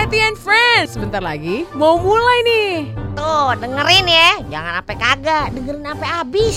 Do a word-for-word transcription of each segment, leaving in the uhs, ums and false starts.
Fatty and Friends. Sebentar lagi mau mulai nih. Tuh, dengerin ya. Jangan sampai kagak, dengerin sampai habis.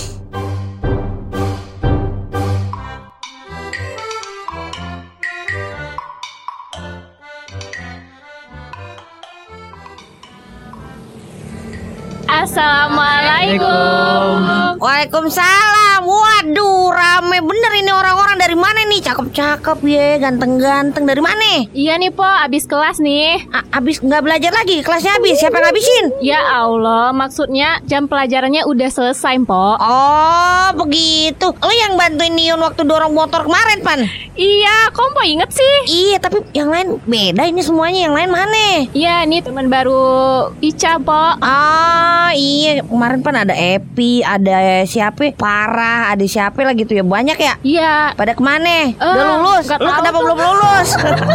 Assalamualaikum. Waalaikumsalam. Waduh, rame bener ini orang-orang. Dari mana nih? Cakep-cakep ya, ganteng-ganteng. Dari mana? Iya nih Po, abis kelas nih. A- abis nggak belajar lagi? Kelasnya habis? Siapa yang ngabisin? Ya Allah, maksudnya jam pelajarannya udah selesai Po. Oh, begitu. Lo yang bantuin Nion waktu dorong motor kemarin, Pan? Iya, kok Po inget sih? Iya, tapi yang lain beda ini semuanya. Yang lain mana? Iya, nih teman baru Ica Po. Oh iya, kemarin Pan ada Epi, ada siapa? Parah, ada siapa lagi tuh ya? Banyak ya? Iya. Pada kemana? Eh, Udah lulus? nggak Lu tahu kenapa tuh. belum lulus?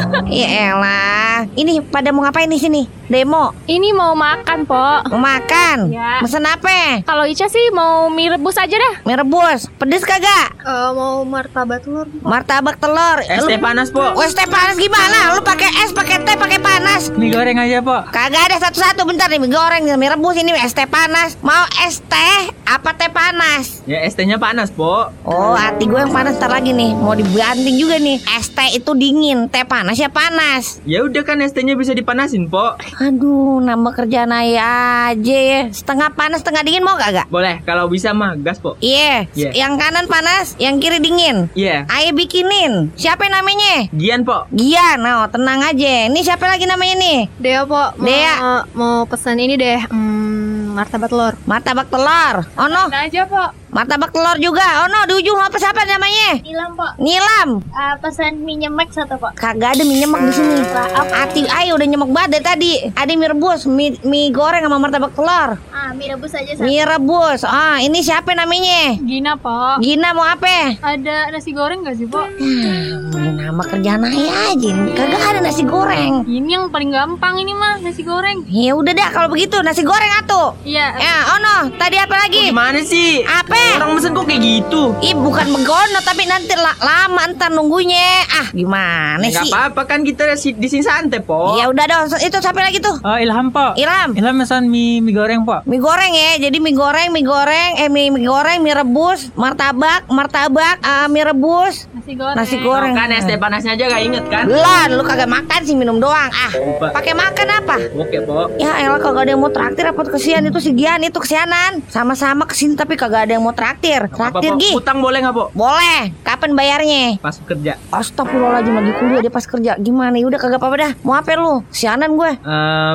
Ya elah. Ini pada mau ngapain di sini? Demo? Ini mau makan Po. Mau makan? Ya. Mesen apa? Kalau Ica sih mau mie rebus aja dah. Mie rebus? Pedes kagak? Uh, mau martabak telur. Martabak telur. Es teh panas, Po. Oh, es teh panas gimana? Lu pakai es, pakai teh, pakai panas? Mie goreng aja, Po. Kagak ada satu-satu. Bentar nih, mie goreng, mie rebus, ini es teh panas. Mau es teh apa teh panas? Ya es tehnya panas, Po. Oh, hati gue yang panas ntar lagi nih. Mau dibanting juga nih. Es teh itu dingin, teh panas ya panas. Ya udah kan es tehnya bisa dipanasin, Po. Aduh, nambah kerjaan ayah aja ya. Setengah panas, setengah dingin mau kagak? Boleh, kalau bisa mah gas, Po. Iya, Iya. yang kanan panas, yang kiri dingin. Iya. Ayah bikinin. Siapa namanya? Gian, Po. Gian. Oh, tenang aja. Ini siapa lagi namanya nih? Dea Po, mau, Dea. mau pesan ini deh, hmm, martabak telur. Martabak telur. Oh no, Nah aja Po. martabak telur juga. Oh no, di ujung apa siapa namanya? Hilang Po. Nilam. Uh, pesan mie nyemek satu Po. Kagak ada mie nyemek di sini. Hati ayah udah nyemek banget dari tadi. Ada mie rebus, mie, mie goreng sama martabak telur. Ah, mie rebus aja Mie rebus. Ah, ini siapa namanya? Gina Po. Gina mau apa? Ada nasi goreng gak sih Po? Hmm, nama kerjaan ayah aja. Kagak ada nasi goreng. Ini yang paling gampang ini mah, nasi goreng. Ya udah dah kalau begitu nasi goreng atuh. Iya. Ya, oh no, tadi apa lagi? Gimana sih? Apa? Orang mesen kok kayak gitu? Ih, bukan begono tapi nanti la- lama ntar nunggunya. Ah, gimana Nggak sih? apa-apa kan kita si- di sini santai, Po. Ya udah dong, itu siapa lagi tuh? Oh, Ilham, Po. Ilham. Ilham pesan mie mie goreng, Po. Mie goreng ya, jadi mie goreng, mie goreng, eh mie, mie goreng, mie rebus, martabak, martabak, eh, mie rebus, Nasi goreng. nasi goreng. Kan es teh panasnya aja gak inget kan? Belum, lu kagak makan sih, minum doang. Ah, Lupa. pakai makan apa? Oke, Po. Ya elah kagak ada yang mau traktir apa kesian itu si Gian itu kesianan. Sama-sama kesini tapi kagak ada yang mau traktir. Apa, Traktir Po? Gi. Utang boleh nggak, Po? Boleh. Kapan bayarnya? Pas kerja. Astagfirullahaladzim lagi kuliah dia pas kerja. Gimana? Ya udah kagak apa-apa dah. Mau apa lu? Kesianan gue. Eh,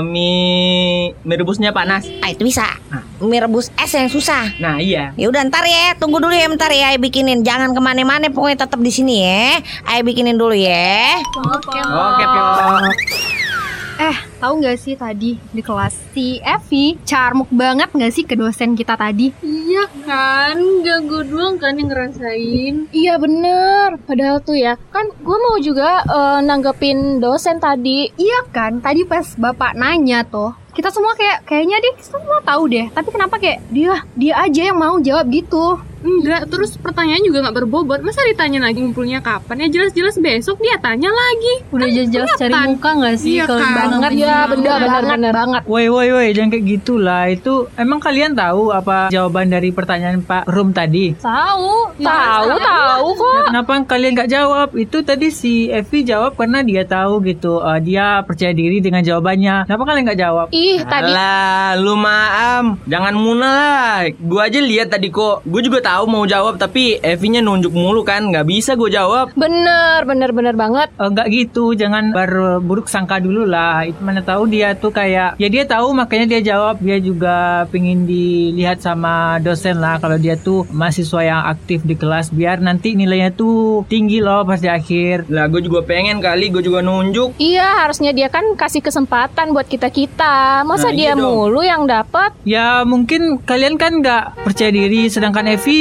mie mie rebusnya panas. Ah itu bisa. Mie rebus es yang susah. Nah, iya. Ya udah ntar ya, tunggu dulu ya bentar ya, Ayah bikinin. Jangan kemana-mana, pokoknya tetap di sini ya. Ayah bikinin dulu ya. Oke. Oke, Po. Eh, tahu nggak sih tadi di kelas si Evi carmuk banget nggak sih ke dosen kita tadi? Iya kan, gak gue doang kan yang ngerasain. Iya bener, padahal tuh ya, kan gue mau juga eh, nanggepin dosen tadi. Iya kan, tadi pas bapak nanya tuh, kita semua kayak kayaknya deh kita semua tahu deh, tapi kenapa kayak dia dia aja yang mau jawab gitu? Enggak, terus pertanyaan juga nggak berbobot. Masa ditanya lagi ngumpulnya kapan? Ya jelas-jelas besok dia tanya lagi. Udah jelas-jelas cari kelihatan. muka nggak sih? Iya Kalau kan? banget Iya bener bener bener. banget. Woi, woi, woi, jangan kayak gitulah. Itu emang kalian tahu apa jawaban dari pertanyaan Pak Rum tadi? Tahu, Ya, tahu, tahu. tahu kok. Ya, kenapa kalian nggak jawab? Itu tadi si Evi jawab karena dia tahu gitu. Eh, dia percaya diri dengan jawabannya. Kenapa kalian nggak jawab? Ih, tadi Alah, lu maam. Jangan muna lah. Gua aja lihat tadi kok. Gue juga tahu mau jawab tapi Evinya nunjuk mulu kan. Nggak bisa gue jawab. bener bener bener banget. Eh, nggak gitu, jangan berburuk sangka dulu lah. Itu mana tahu dia tuh kayak ya dia tahu makanya dia jawab. Dia juga pengen dilihat sama dosen lah kalau dia tuh mahasiswa yang aktif di kelas biar nanti nilainya tuh tinggi loh pas di akhir. Lah gue juga pengen kali. Gue juga nunjuk. Iya, harusnya dia kan kasih kesempatan buat kita-kita. Masa Nah, dia iya dong. mulu yang dapat? Ya mungkin kalian kan nggak percaya diri sedangkan Evi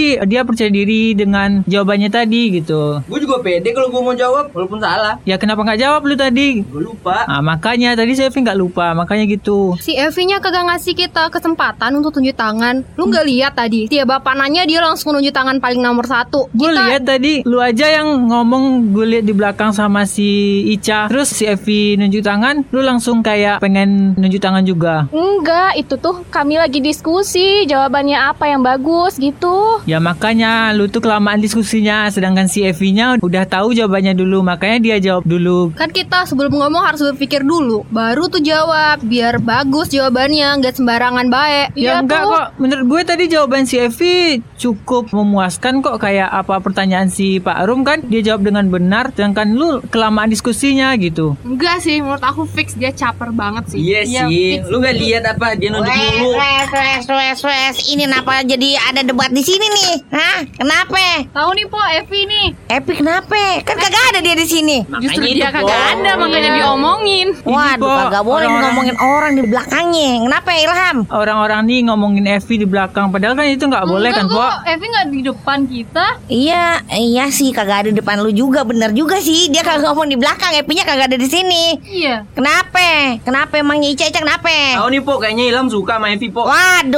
sih dia percaya diri dengan jawabannya tadi gitu. Gue juga pede kalau gue mau jawab walaupun salah. Ya kenapa nggak jawab lu tadi? Gue lupa. Nah, makanya tadi si Evi nggak lupa, makanya gitu. Si Evi-nya kagak ngasih kita kesempatan untuk tunjuk tangan. Lu nggak lihat tadi? Tiap bapak nanya dia langsung nunjuk tangan paling nomor satu. Gue Kita- lihat tadi, lu aja yang ngomong, gue lihat di belakang sama si Ica. Terus si Evi nunjuk tangan, lu langsung kayak pengen nunjuk tangan juga. Enggak, itu tuh kami lagi diskusi jawabannya apa yang bagus gitu. Ya makanya lu tuh kelamaan diskusinya, sedangkan si Evi-nya udah tahu jawabannya dulu, makanya dia jawab dulu. Kan kita sebelum ngomong harus berpikir dulu, baru tuh jawab biar bagus jawabannya, nggak sembarangan baik. Ya Iya enggak tuh. kok, menurut gue tadi jawaban si Evi cukup memuaskan kok. Kayak apa pertanyaan si Pak Rum kan dia jawab dengan benar, sedangkan lu kelamaan diskusinya gitu. Enggak sih, menurut aku fix dia caper banget sih. Iya sih. Lu gak lihat apa dia nunjuk Wes, mulu. wes, wes, wes, wes. Ini kenapa jadi ada debat di sini nih? Hah? Kenapa? Tahu nih Po, Evi nih. Epi kenapa? Kan kagak ada dia di sini. Justru Makanya dia itu, kagak Po. ada, makanya diomongin. Waduh, Po, kagak boleh orang-orang- ngomongin orang di belakangnya. Kenapa Ilham? Orang-orang nih ngomongin Evi di belakang, padahal kan itu nggak boleh kan, Enggak Po? kok, Evi nggak di depan kita. Iya, iya sih kagak ada di depan lu juga. Bener juga sih. Dia kagak ngomong di belakang. Epinya kagak ada di sini. Iya. Kenapa? Kenapa emangnya Ica Ica kenapa? Tahu nih Po, kayaknya Ilham suka sama Evi Po.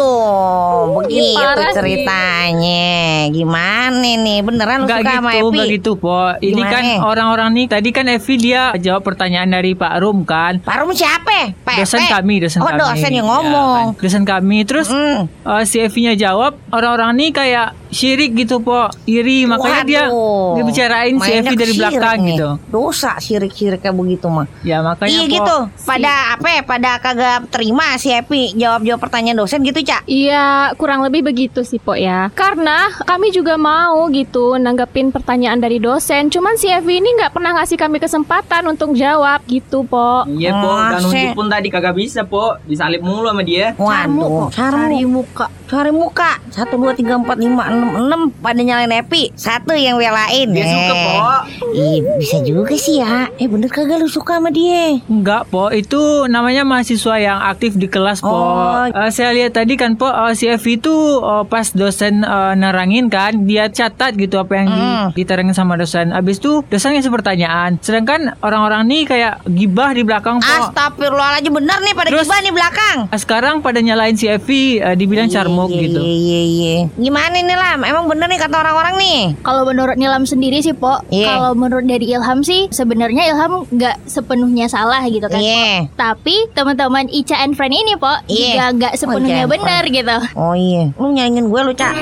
Waduh, begitu parah sih. ceritanya. Gimana nih? Beneran lu Nggak suka sama gitu, Epi? nggak gitu, Po. Ini Gimana? kan orang-orang nih, tadi kan Evi dia jawab pertanyaan dari Pak Rum kan. Pak Rum siapa? Pak Dosen Epe? kami, dosen oh, kami. dosen yang Ya, ngomong. kan. Dosen kami. Terus Hmm. uh, si Evi-nya jawab, orang-orang nih kayak syirik gitu, Po. Iri, makanya dia Waduh. dia bicarain si Mainnya Evi dari ke belakang syirik nih. gitu. Dosa syirik-syirik kayak begitu mah. Ya makanya, Iya Po. gitu. Pada apa? ya? Pada kagak terima si Epi jawab-jawab pertanyaan dosen gitu, Cak. Iya, kurang lebih begitu sih, Po ya. Karena kami juga mau gitu nanggepin pertanyaan dari dosen. Cuman si Evi ini nggak pernah ngasih kami kesempatan untuk jawab gitu, Po. Iya Po, udah Masa? nunjuk pun tadi kagak bisa Po. Disalip mulu sama dia. Waduh, Cari cari muka. cari muka. Satu dua tiga empat lima enam enam pada nyalain Epi. Satu yang belain. Dia suka Po. Ih, bisa juga sih ya. Eh bener kagak lu suka sama dia? Enggak, Po. Itu namanya mahasiswa yang aktif di kelas, Po. Oh. Eh, saya lihat tadi kan, Po, eh, si Evi itu eh, pas dosen eh, nerangin kan, dia catat gitu apa yang di- Hmm. diterangin sama dosen. Abis itu dosen ngasih pertanyaan. Sedangkan orang-orang nih kayak gibah di belakang, Po. Astagfirullahaladzim, bener nih pada Terus- gibah nih belakang. Eh, Sekarang pada nyalain si Evi, eh, dibilang carmuk Iya, gitu. Iya, iya, iya. Gimana nih Lam? Emang bener nih kata orang-orang nih? Kalau menurut Nilam sendiri sih, Po. Iya. Kalau menurut dari Ilham sih, sebenarnya Ilham nggak sepenuhnya salah gitu kan, Po. Iya. Tapi teman-teman Ica and Friend ini, Po, Iya. juga nggak Oh, Ica sepenuhnya and benar gitu. Oh iya, lu nyaingin gue lu, Cak.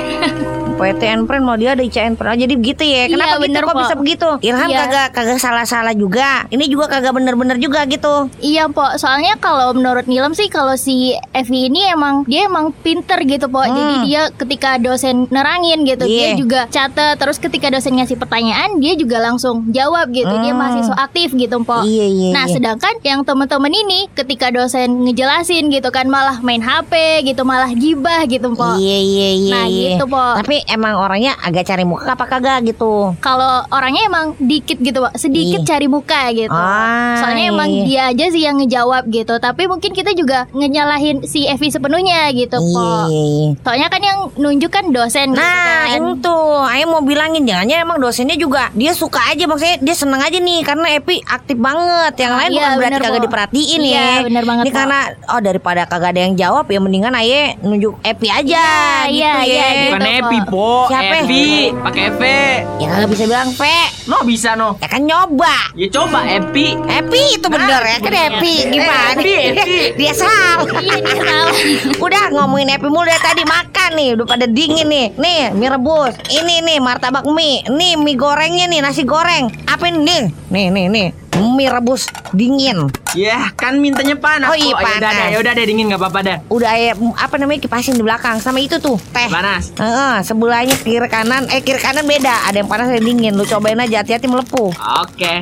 P T N Friend mau dia ada I C N Friend. Oh, jadi begitu ya. Kenapa Iya, gitu bener, kok Po. bisa begitu? Ilham Iya. kagak kagak salah-salah juga. Ini juga kagak bener-bener juga gitu. Iya, Po. Soalnya kalau menurut Nilam sih, kalau si Evi ini emang dia emang pinter gitu, Po. Hmm. Jadi dia ketika dosen nerangin gitu, Iya. dia juga catat. Terus ketika dosen ngasih pertanyaan, dia juga langsung jawab gitu. Dia Hmm. mahasiswa aktif gitu, Po. Iya, iya, Nah, iya. sedangkan yang teman-teman ini ketika dosen ngejelasin gitu kan malah main H P gitu, malah gibah gitu, Po. Iya, iya, iya. Nah, iya. gitu, Po. Tapi emang orangnya agak cari muka apa kagak gitu? Kalau orangnya emang dikit gitu, Pak. Sedikit Iya. cari muka gitu. Ah, Soalnya emang iya. dia aja sih yang ngejawab gitu. Tapi mungkin kita juga ngenyalahin si Evi sepenuhnya gitu, Iya, Po. iya, iya. Soalnya kan yang nunjuk kan dosen gitu Nah, kan. itu Ayo mau bilangin jangannya emang dosennya juga dia suka aja, maksudnya dia seneng aja nih karena Epi aktif banget. Yang Ah, lain iya, bukan berarti bener, kagak Po. diperhatiin Iya, ya. bener banget, Ini Po. karena oh daripada kagak ada yang jawab ya mendingan aye nunjuk Epi aja Iya, gitu iya, ya. iya, gitu. Bukan Po. Evi Po, Siapa? Evi, pakai V. Ya kagak bisa bilang V. No bisa no. Ya kan nyoba. Ya coba Evi. Epi itu bener ya kan Epi gimana? Epi, Epi. Dia salah. Iya, dia salah. Udah ngomongin Epi mulu dari tadi makan nih udah pada dingin nih. Nih mie rebus. Ini nih martabak mie. Nih mie gorengnya nih nasi goreng. Apa ini nih? Nih nih nih. Mie rebus dingin. Ya kan mintanya panas. Oh, iya, Po. Ya udah panas. deh, ya udah deh dingin nggak apa-apa dah. Udah ya apa namanya kipasin di belakang sama itu tuh teh. Panas. Heeh, sebelahnya kiri kanan eh kiri kanan beda. Ada yang panas ada yang dingin. Lu cobain aja hati-hati melepuh. Oke.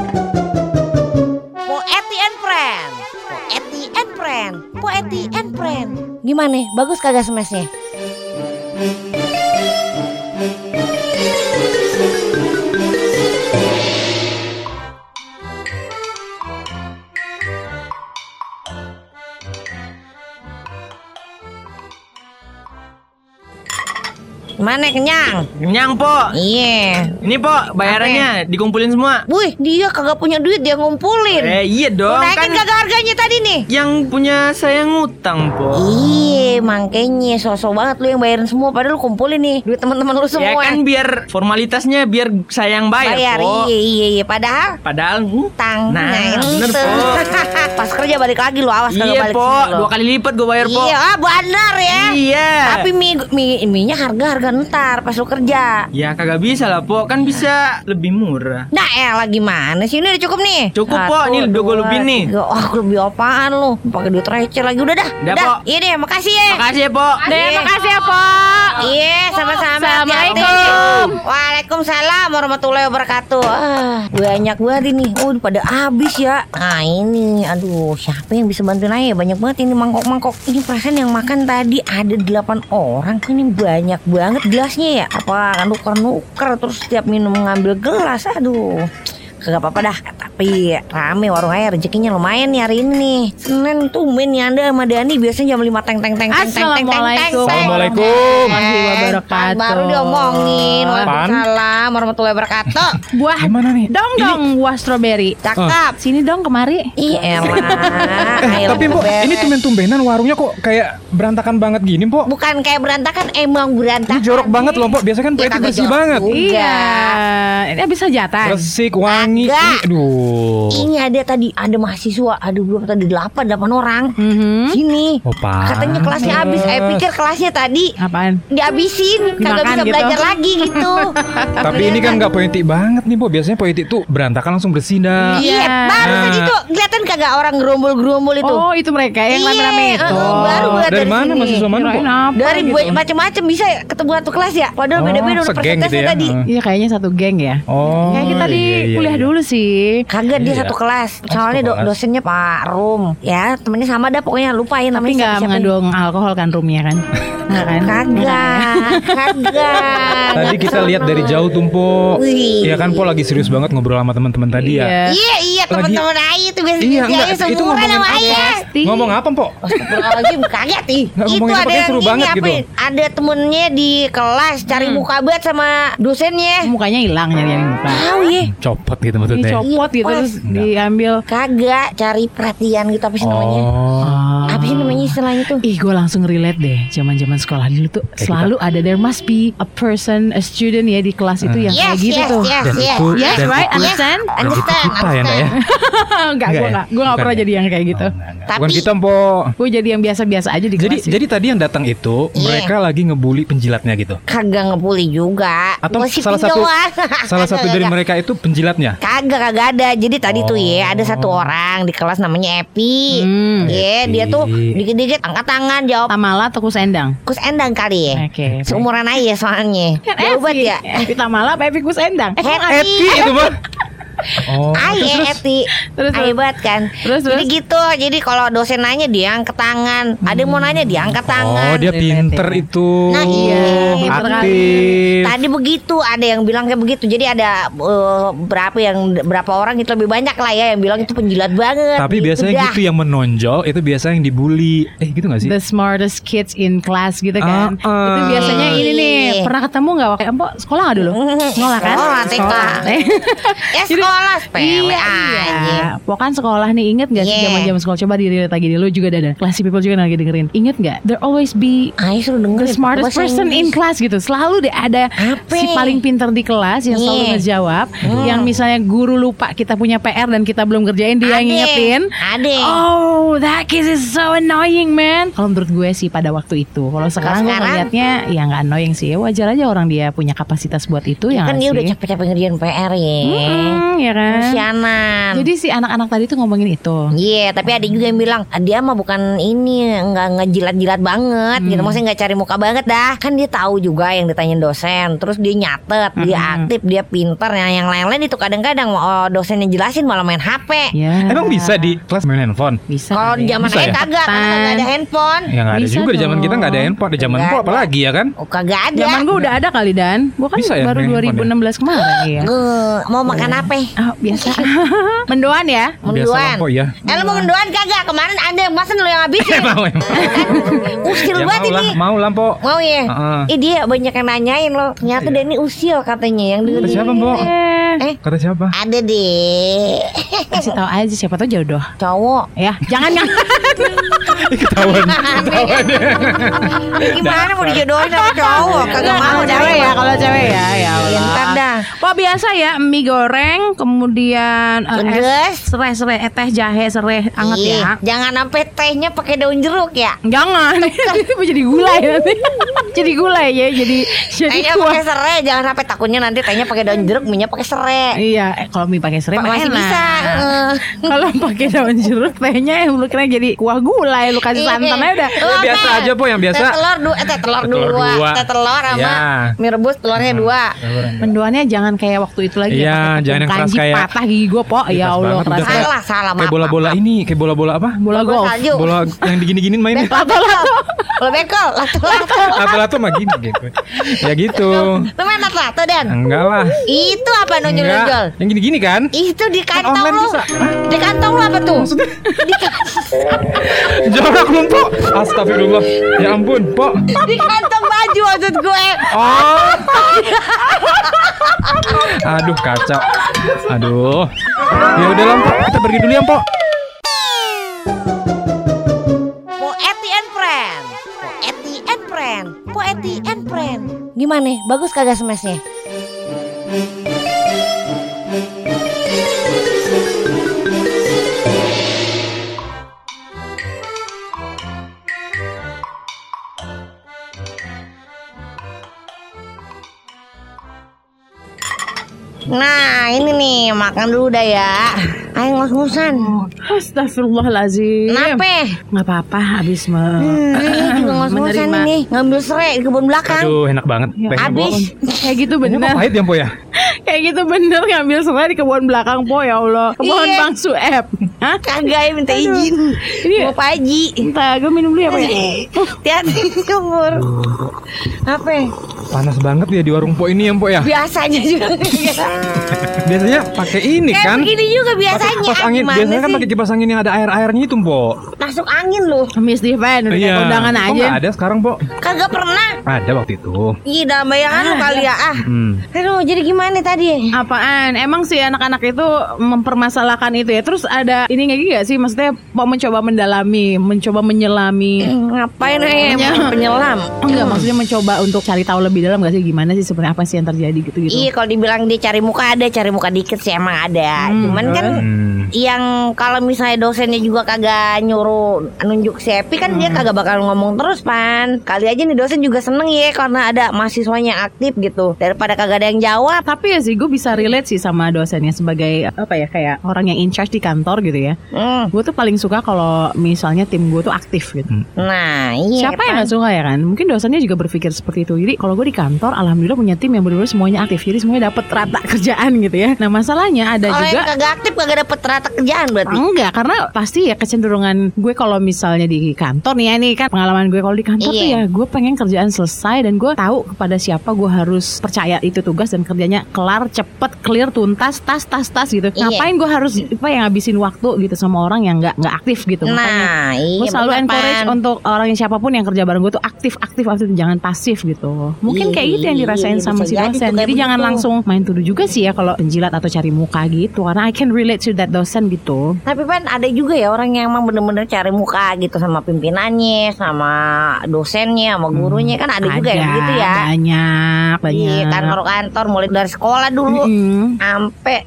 Poeti and Friend. Poeti and Friend. Poeti and Friend. Gimana? Bagus kagak smashnya? Mana kenyang? Kenyang, Po. Iya. Ini, Po, bayarannya dikumpulin semua. Wih, dia kagak punya duit, dia ngumpulin. Eh, iya Lu dong. naikin Kan kagak harganya tadi nih? yang punya saya ngutang, Po. Iya, makanya sosok banget lu yang bayarin semua. Padahal lu kumpulin nih duit teman-teman lu Ya semua. kan biar formalitasnya biar saya yang bayar, bayar. Po. Iya, iya, iya. Padahal Padahal utang. Nah, itu. bener, Po. Pas kerja balik lagi lu, awas kagak Iya, balik Po. sini lu. Dua kali lipat gue bayar, Po. Iya, ah, benar ya. Iya. Tapi mie, mie, mie-nya harga-harga ntar pas lu kerja. Ya kagak bisa lah, Po. Kan bisa lebih murah. Nah, elah gimana sih? Ini udah cukup nih. Cukup, Po. Nih, udah gua lebih nih. tiga. Oh, lebih apaan lu? Pakai duit receh lagi. Udah dah. Udah, Po. Iya deh, makasih ya. Makasih ya, Po. Deh, makasih ya, Pok. Iya, sama-sama. Assalamualaikum. Hati-hati. Waalaikumsalam warahmatullahi wabarakatuh. Ah, banyak banget ini. Oh, pada habis ya. Nah, ini. Aduh, siapa yang bisa bantuin aja? Banyak banget ini mangkok-mangkok. Ini perasaan yang makan tadi ada delapan orang. Ini banyak banget gelasnya ya. Apa nuker-nuker terus setiap minum ngambil gelas. Aduh. Kagak apa-apa dah. Tapi rame warung aja, rezekinya lumayan nih hari ini nih. Senin tumben nih Anda sama Dani biasanya jam lima teng teng teng teng teng teng teng Assalamualaikum. Assalamualaikum. Warahmatullahi wabarakatuh. Baru diomongin. Apaan? Waalaikumsalam warahmatullahi wabarakatuh. Buah Gimana nih? dong dong buah strawberry. Cakep. Sini dong kemari. Iya elah. Eh, tapi Mpok, ini tumben-tumbenan warungnya kok kayak berantakan banget gini, Mpok. Bukan kayak berantakan, emang berantakan. Ini jorok banget loh, Mpok. Biasanya kan Ya, Poetic kagak bersih jorok banget. juga. Iya. Ini habis hajatan. Resik, wangi. Kagak. Ini, aduh. Ini ada tadi ada mahasiswa, ada berapa tadi delapan, delapan orang. Mhm. Sini. Oh, Pak. Katanya kelasnya habis. Saya pikir kelasnya tadi Apaan? dihabisin, kagak Dimakan bisa gitu. belajar lagi gitu. Tapi ini kan nggak Poetic banget nih, Mpok. Biasanya Poetic tuh berantakan langsung bersih dah. Iya, Iya. baru Nah. tadi tuh kelihatan kagak orang gerombol-gerombol itu. Oh, itu mereka yang Iya, rame-rame itu. uh-uh, baru Oh, banget dari dari mana sini. mahasiswa mana, Mpok? Kirain apa Dari gitu. bu- macam-macam bisa ya ketemu satu kelas ya. Padahal Oh, beda-beda segeng universitasnya gitu ya. tadi. Heeh. Iya, kayaknya satu geng ya. Oh. Kayak kita di iya, iya, kuliah iya. dulu sih. Kagak dia Iya. satu kelas. Oh, Soalnya satu do- kelas. dosennya Pak Rum. Ya, temennya sama dah pokoknya lupain Tapi namanya nggak siapa-siapa. mengandung alkohol kan roomnya kan? Nggak kan? Kagak, kagak. Tadi kita lihat dari jauh tuh, Mpok. Wih. Iya kan, Mpok lagi serius banget ngobrol sama teman-teman tadi ya. Iya. Iya, iya Lagi- teman-teman Ayu tuh biasanya Iya, enggak, aja itu semua ngomongin sama apa? Ayu. Pasti. Ngomong apa, Mpok? Astagfirullahaladzim, kaget ih. Nggak, Itu ngomongin apa, ada kayak yang seru ini banget apa? gitu. Ada temennya di kelas cari muka banget sama dosennya. Mukanya hilang nyari-nyari muka. Tahu ya? Copot gitu maksudnya. Dicopot gitu Iya, terus Enggak. diambil. Kagak cari perhatian gitu apa sih namanya? Oh. Apa sih namanya istilahnya tuh? Ih, gue langsung relate deh. Zaman-zaman sekolah dulu tuh selalu ada there must be a person, a student ya di kelas itu yang kayak Yes, gitu yes, tuh. yes, Dan yes. itu, Yes, dan right? itu, Understand? dan itu Understand, kita ya, Nda ya. Enggak, Enggak gue ya? enggak. Gue enggak Bukan pernah ya? jadi yang kayak gitu. Oh, enggak, enggak. Tapi- Bukan kita, Mpok. Gue jadi yang biasa-biasa aja di Jadi kelas. sih. jadi tadi yang datang itu Iya. mereka lagi ngebully penjilatnya gitu. Kagak ngebully juga. Atau Gosipin salah satu doang. salah satu Kagak, dari kagak. mereka itu penjilatnya. Kagak kagak ada. Jadi tadi tuh ya ada satu Oh. orang di kelas namanya Epi. Hmm. Ya, Epi. dia tuh dikit-dikit angkat tangan jawab Tamala atau Kusendang? kus endang kali ya. Oke. Seumuran aja soalnya. Kan Jauh banget Evi. ya. Evi Tamala apa Evi Kusendang? Eh, Happy. Eti itu mah. Oh, Ayo terus, terus. Epi. Terus, terus. Hebat kan. Terus, Jadi terus. gitu. Jadi kalau dosen nanya dia angkat tangan. Ada yang mau nanya dia angkat Oh, tangan. dia Relate pinter ya. itu. Nah, iya, pinter aktif. Tadi begitu ada yang bilang kayak begitu. Jadi ada eh, berapa yang berapa orang itu lebih banyak lah ya yang bilang itu penjilat banget. Tapi biasanya dah. gitu yang menonjol itu biasanya yang dibully. Eh gitu gak sih? The smartest kids in class gitu kan. Ah, ah. Itu biasanya ini nih. Iya. Pernah ketemu gak waktu Empok sekolah gak dulu? Sekolah kan? Sekolah, T K. Jadi- Ya sekolah sepele Iya, aja. iya. Pokoknya sekolah nih, inget gak sih Yeah. zaman-zaman sekolah? Coba dilihat lagi dulu juga ada. Classy people juga lagi dengerin. Inget gak? There always be Ayo suruh the dengerin smartest bahasa person in Inggris. class gitu. Selalu deh ada Apa? si paling pintar di kelas yang selalu Iya. ngejawab. Yang misalnya guru lupa kita punya P R dan kita belum kerjain, dia yang Ade, ngingetin. Ade. Oh, that kid is so annoying, man. Kalau menurut gue sih pada waktu itu. Kalau sekarang gue sekarang? ngeliatnya ya nggak annoying sih. Ya wajar aja orang dia punya kapasitas buat itu ya Kan nggak dia udah sih? capek-capek ngerjain P R ya. Hmm, ya kan. Kasianan. Jadi si anak-anak tadi tuh ngomongin itu. Iya, tapi ada juga yang bilang "Ah, dia mah bukan ini, nggak ngejilat-jilat banget, gitu. Maksudnya nggak cari muka banget dah. Kan dia tahu juga yang ditanyain dosen, terus dia nyatet, dia aktif, dia pinter. Nah, yang lain-lain itu kadang-kadang oh, dosennya jelasin malah main H P. Ya. Emang bisa di kelas main handphone? Bisa. Kalau kali di ya. zaman Bisa saya ya? kagak, karena nggak ada handphone. Ya nggak ada Bisa juga di zaman dong. kita nggak ada handphone. Di zaman Nggak Mpok ada. apalagi ya kan? Oh, kagak ada. Zaman handphone gue udah ada kali Dan. Gue kan Bisa ya, baru main dua ribu enam belas kemarin ya. Gue mau makan apa? Ah, biasa. Mendoan ya. Biasa lah Menduan. po ya. Eh lu mau menduan kagak? Kemarin ada yang masa lu yang habisin. Mau emang. Usil Ya banget mau lah, ini. mau lah po. Mau ya? Heeh. Eh dia banyak yang nanyain loh. Ternyata dia ini usil katanya yang Kata dengerin. siapa po? Eh, Kata siapa? ada deh. Kasih tahu aja siapa tahu jodoh. Cowok. Ya, jangan yang Ketahuan. Ketahuan ya. Gimana mau dijodohin sama cowok? Kagak mau Kalau cewek ya, kalau cewek ya, ya Ya, ntar Allah. dah. Wah biasa ya, mie goreng, kemudian eh, Pedes. es, serai, serai, eh, teh jahe, serai, anget Ih, ya. jangan sampai tehnya pakai daun jeruk ya. Jangan, itu jadi gulai nanti. Jadi gulai ya, jadi jadi Tehnya kuah. pakai serai, jangan sampai takutnya nanti tehnya pakai daun jeruk, minyak pakai serai. Iya, eh, kalau mie pakai serai mah Masih enak. bisa. eh. Kalau pakai daun jeruk tehnya lu kira jadi kuah gulai, lu kasih santan aja udah. Lu apa? Biasa aja po, yang biasa. Teh telur dua, eh, teh telur Telur dua, dua. teh telur sama Ya. mie rebus telurnya dua. Mendoannya jangan kayak waktu itu lagi Iya, ya, pakai jangan yang tepung keras kanji, kayak- patah gigi gue po. Ih, Ya keras Allah, banget, udah keras. kayak- Salah, salah, Kayak maaf, bola-bola maaf. ini, kayak bola-bola apa? Bola golf. salju. Bola yang digini-ginin mainnya. Lato-lato. Bola bekel, lato-lato. Lato-lato mah gini gitu. Ya gitu. Lu main lato-lato, Dan? Enggak lah. Itu apa nonjol-nonjol? Enggak. Yang gini-gini kan? Itu di kantong online lu. bisa. Di kantong lu apa tuh? Di, ka- Jorok lu, Po. Astagfirullah. Ya ampun, Po. di kantong baju maksud gue. Oh. Aduh, kacau. Aduh. Ya udah lah, Po. Kita pergi dulu ya, Po. Poeti and Friend. Poeti and Friend. Poeti and Friend. Gimana? Bagus kagak smashnya? Nah ini nih makan dulu dah ya. Ayo ngos-ngosan. Astagfirullahaladzim. Kenapa? Nggak apa-apa, habis me Hmm, ini juga ngos-ngosan menerima. ini. Ngambil serai di kebun belakang. Aduh, enak banget. Ya, Tehnya, Po. Habis. Kayak gitu Ini bener. kok pahit ya, Po ya? Kayak gitu bener ngambil serai di kebun belakang po, ya Allah. Kebun Iya. Bang Sueb. Hah? Kagak ya minta izin. Ini Mau Pak Haji. entah, gue minum dulu ya, Pak ya. Hati-hati sumur. Apa? Panas banget ya di warung Po ini ya, Po ya? Biasanya juga. Biasanya pakai ini Kayak kan? begini juga Pakai biasanya. kipas angin. Gimana Biasanya kan sih? pakai kipas angin yang ada air-airnya itu, Po. Masuk angin loh. Miss Divan, udah kayak undangan Kok aja. nggak ada sekarang, Po? Kagak pernah. Ada waktu itu. Ih dalam bayangan lu kali ya. Ah. Hmm. Aduh jadi gimana tadi? Apaan? Emang sih anak-anak itu mempermasalahkan itu ya. Terus ada ini lagi gak sih? Maksudnya mau mencoba mendalami, mencoba menyelami. Ngapain aja Iya. penyelam? Enggak, maksudnya mencoba untuk cari tahu lebih dalam gak sih gimana sih sebenarnya apa sih yang terjadi gitu-gitu. Iya kalau dibilang dia cari muka ada, cari muka dikit sih emang ada. Hmm. Cuman kan Hmm. yang kalau misalnya dosennya juga kagak nyuruh nunjuk si Epi kan dia kagak bakal ngomong terus Pan. Kali aja nih dosen juga seneng ya karena ada mahasiswanya yang aktif gitu daripada kagak ada yang jawab. Tapi ya sih gue bisa relate sih sama dosennya sebagai apa ya, kayak orang yang in charge di kantor gitu ya. Hmm. Gue tuh paling suka kalau misalnya tim gue tuh aktif gitu. Nah iya Siapa Pan. yang gak suka ya kan? Mungkin dosennya juga berpikir seperti itu. Jadi kalau gue di kantor, alhamdulillah punya tim yang benar-benar semuanya aktif. Jadi semuanya dapat rata kerjaan gitu ya. Nah masalahnya ada Kalau juga yang kagak aktif kagak dapet rata kerjaan berarti. enggak, karena pasti ya kecenderungan gue kalau misalnya di kantor nih ya, nih kan pengalaman gue kalau di kantor tuh Iya. ya gue pengen kerjaan selesai dan gue tahu kepada siapa gue harus percaya itu tugas dan kerjanya kelar, cepet, clear, tuntas, tas, tas, tas gitu. Iya. Ngapain gue harus apa yang ngabisin waktu gitu sama orang yang nggak nggak aktif gitu. Makanya Nah iya gue selalu bener, encourage Pan. untuk orang yang siapapun yang kerja bareng gue tuh aktif, aktif, aktif, jangan pasif gitu. Mungkin Iya, kayak gitu yang iya, dirasain iya, sama bisa si jadi dosen. tuh kayak Jadi jangan begitu. langsung main tuduh juga sih ya kalau penjilat atau cari muka gitu. Karena I can relate to that dosen gitu. Tapi Pan ada juga ya orang yang emang bener-bener cari muka gitu sama pimpinannya, sama dosennya, sama gurunya kan ada, juga yang begitu ya. Banyak, banyak. Iya kantor-kantor mulai dari sekolah dulu Mm-mm. sampai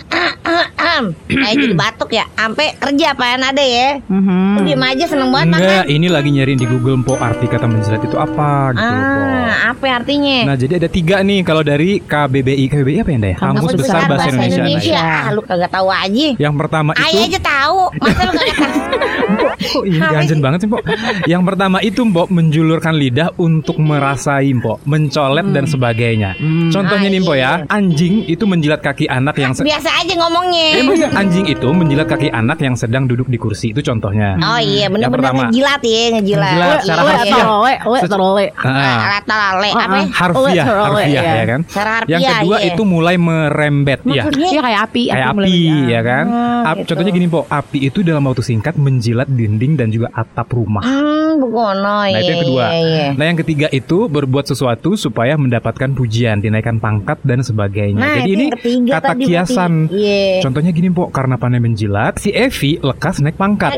kayak jadi batuk ya, sampai kerja apaan ada ya. Mhm. Lu diem aja seneng banget Enggak, makan. ini lagi nyariin di Google, Po, arti kata menjilat itu apa gitu, Po. Ah, apa artinya? Nah, jadi ada tiga nih kalau dari K B B I. K B B I apa ya, Nda ya? Kamus Besar Bahasa Indonesia. Nah, ya. Ah, lu kagak tahu aja. Yang pertama Ay itu aja tahu. Masa lu kagak tahu? Kok ini ganjen banget sih, Po? Yang pertama itu, Po, menjulurkan lidah untuk merasai, Po, mencolet dan sebagainya. Contohnya Ah, nih, Po iya. ya. Anjing itu menjilat kaki anak yang biasa aja ngomongnya. Emangnya anjing itu menjilat kaki anak yang sedang duduk di kursi, itu contohnya. Oh iya, Yang bener-bener pertama. ngejilat ya, ngejilat. Ngejilat Oh, secara iya. harfiah. Terole, le, terole. Ah, Rata-lale apa ya? harfiah, terole, harfiah iya. ya kan. Secara harfiah, Yang kedua iya. itu mulai merembet, ya. Maksudnya? Iya kayak api, Kayak mulai api, berjalan. ya kan. Oh, Ap- gitu. Contohnya gini, Po. Api itu dalam waktu singkat menjilat dinding dan juga atap rumah. Hmm, begono Nah, itu yang kedua. iya, iya. Nah, yang ketiga itu berbuat sesuatu supaya mendapatkan pujian, dinaikkan pangkat dan sebagainya. Nah, Jadi itu ini yang ketiga kata tadi kiasan. berarti. Iya. Contohnya gini, Po, karena pandai menjilat, si Evi lekas naik pangkat.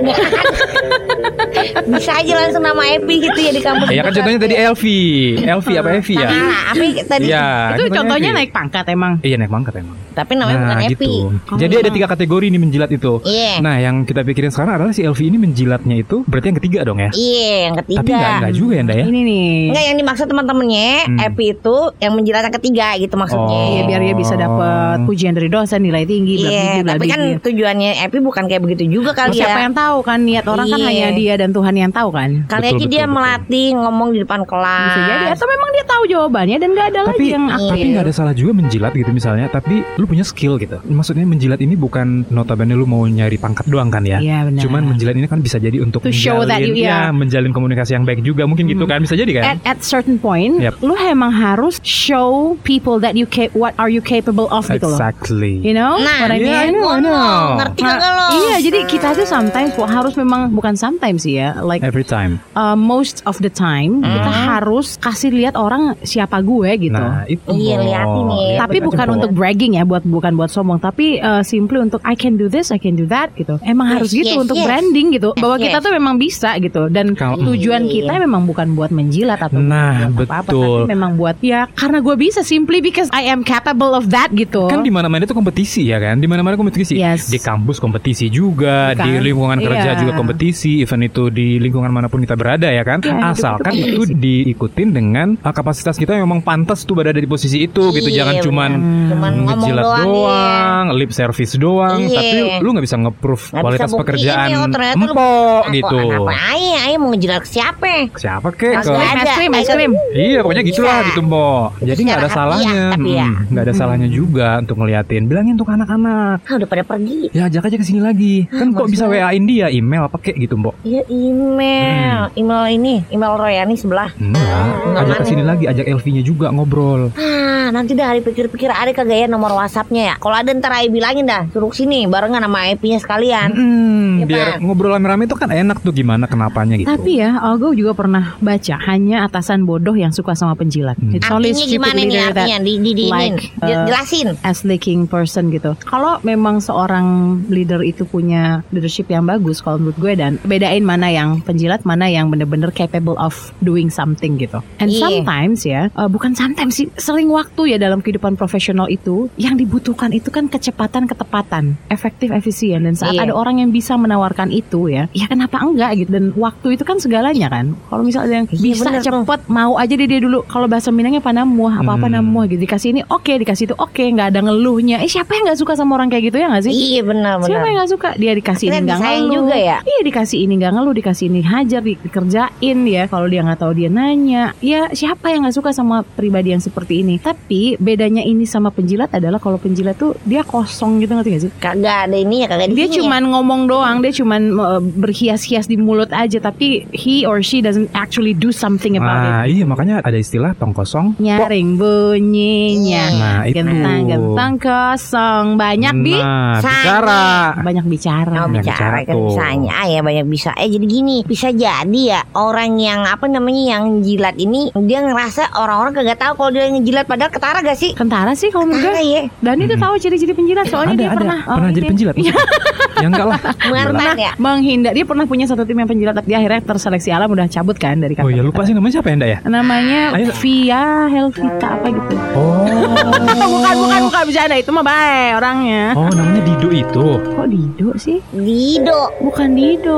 Bisa aja langsung nama Epi gitu ya di kampus. Ya kan contohnya tadi Elvi. Elvi apa Evi ya? Nah, Epi tadi. Iya. Itu contohnya Evi. naik pangkat emang. Iya, naik pangkat emang. Tapi namanya Nah, bukan Epi. gitu. Jadi ada tiga kategori nih menjilat itu. Iya. Nah, yang kita pikirin sekarang adalah si Elvi ini menjilatnya itu berarti yang ketiga dong ya? Iya, yang ketiga. Tapi enggak, enggak juga ya, Nda ya? Ini nih. Enggak, yang dimaksud teman-temannya Hmm. Epi itu yang menjilat yang ketiga gitu maksudnya. Oh. Iya biar dia bisa dapat pujian dari dosen, nilai tinggi, bla bla Iya, bla, tapi bla, kan bla. tujuannya Epi bukan kayak begitu juga kali Siapa ya. yang tahu kan, niat orang kan Iya. hanya dia dan Tuhan yang tahu kan. Kali Betul, aja betul, dia betul. melatih ngomong di depan kelas. Bisa jadi atau memang dia tahu jawabannya dan gak ada lagi Tapi yang Iya. tapi nggak ada salah juga menjilat gitu misalnya. Tapi lu punya skill gitu. Maksudnya menjilat ini bukan notabene lu mau nyari pangkat doang kan ya? Iya, benar. Cuman menjilat ini kan bisa jadi untuk To show that you- ya, yeah. menjalin komunikasi yang baik juga mungkin gitu kan, bisa jadi kan? at at certain point Yep. lu emang harus show people that you ca- what are you capable of gitu loh. Exactly. You know Nah, what I iya, mean? I know, I know. Ngerti Nah, kagak lo? iya, jadi kita tuh sometimes wah, harus memang bukan sometimes sih ya, like Every time. uh, most of the time kita harus kasih lihat orang siapa gue gitu. Nah, itu. Iya, Mo. liatin nih. Iya, Tapi betul, bukan Mo. untuk bragging ya, buat bukan buat sombong, tapi uh, simply untuk I can do this, I can do that gitu. Emang Yes, harus gitu yes, untuk yes. branding gitu, bahwa Yes, kita yes. tuh memang bisa gitu. Dan Kalau- tujuan Iya. kita memang bukan buat menjilat atau Nah, buat apa-apa, betul. tapi memang buat ya karena gue bisa, simply because I am capable of that gitu. Kan di mana-mana itu kompetisi ya kan? Di mana-mana kompetisi. Yes. Di kampus kompetisi juga, Kan? di lingkungan kerja Iya. juga kompetisi, event itu di lingkungan manapun kita berada ya kan? Iya, Asalkan hidup itu itu diikutin dengan uh, kapasitas kita yang memang pantas tuh berada di posisi itu gitu. Iya, Jangan cuman Cuman ngomong ngejilat doang, doang, lip service doang, Iya. tapi lu nggak bisa nge-proof Nggak kualitas bisa buktiin pekerjaan nih, oh, ternyata lu- empok gitu. Apa aja, ayo mau ngejilat ke siapa? Siapa kek? Langsung Ke- aja. es krim, es krim. Iya, pokoknya gitulah Bisa. gitu, Mbok. Jadi nggak ada secara salahnya, harfiah, tapi ya. Mm, nggak ada salahnya juga untuk ngeliatin. Bilangin untuk anak-anak. Ah, udah pada pergi. Ya ajak aja ke sini lagi. Kan kok bisa W A-in dia, email apa kek gitu, Mbok? Iya, email, email ini, email Royani sebelah. Enggak. Ajak ke sini lagi, ajak Elvi-nya juga ngobrol. Ah, nanti dah hari pikir-pikir ada kagak ya nomor WhatsApp-nya ya. Kalau ada ntar Ai bilangin dah, suruh sini barengan sama Epi-nya sekalian. Hmm, Iya, biar Pak. ngobrol rame-rame itu kan enak tuh gimana kenapanya gitu. Tapi ya, Algo juga pernah baca hanya atasan bodoh yang suka sama penjilat. Hmm. It's only Artinya stupid gimana nih leader that artinya? Di, di, di, like, di- uh, jelasin. as leaking person gitu. Kalau memang seorang leader itu punya leadership yang bagus, kalau menurut gue, dan bedain mana yang penjilat, mana yang bener-bener capable of doing something gitu. And Iya. sometimes ya, uh, bukan sometimes sih, sering waktu ya dalam kehidupan profesional itu yang dibutuhkan itu kan kecepatan, ketepatan, efektif, efisien. Dan saat Iya. ada orang yang bisa menawarkan itu ya, ya kenapa enggak gitu. Dan waktu itu kan segalanya kan. Kalau misalnya yang Iya, bisa bener tuh. cepet, mau aja dia, dia dulu. Kalau bahasa Minangnya panamuah, apa-apa Hmm. namuah gitu. Dikasih ini oke, dikasih itu oke, nggak ada ngeluhnya. Eh siapa yang nggak suka sama orang kayak gitu ya nggak sih? Iya benar benar. Siapa yang nggak suka? Dia dikasih Akhirnya ini nggak disayang ngeluh juga ya? Iya, dikasih ini nggak ngeluh, dikasih ini hajar, di- dikerjain ya. Kalau dia nggak tahu dia nanya. Ya siapa yang nggak suka sama pribadi yang seperti ini? Tapi bedanya ini sama penjilat adalah kalau penjilat tuh dia kosong gitu, ngerti nggak sih? Kagak ada ini ya, kagak ada Dia isinya. cuman ngomong doang, dia cuman uh, berhias-hias di mulut aja, tapi he or she doesn't actually do something about Nah, it. iya makanya ada istilah tong kosong. Nyaring bunyinya. Nah, itu. Gentang-gentang kosong, banyak bi Nah, Saya. bicara. banyak bicara. Oh, Banyak bicara bicara kan tuh. bisanya ah, ya banyak bisa. Eh jadi gini, bisa jadi ya orang yang apa namanya yang jilat ini dia ngerasa orang-orang kagak tahu kalau dia ngejilat, padahal ketara gak sih? Kentara sih kalau menurut Ketara gue. ya. Dan itu tahu ciri-ciri penjilat, soalnya ada, dia ada. pernah Pernah oh, jadi ini- penjilat. Ya enggak lah. Mengarban ya. menghindar. Dia pernah punya satu tim yang penjilat, tapi akhirnya terseleksi alam, udah cabut kan dari Oh kantor. ya lupa sih namanya siapa ya, Nda ya? Namanya Ayo. Via Helvita apa gitu. Oh. bukan bukan bukan bercanda, itu mah baik orangnya. Oh, namanya Dido itu. Kok Dido sih? Dido. Bukan Dido.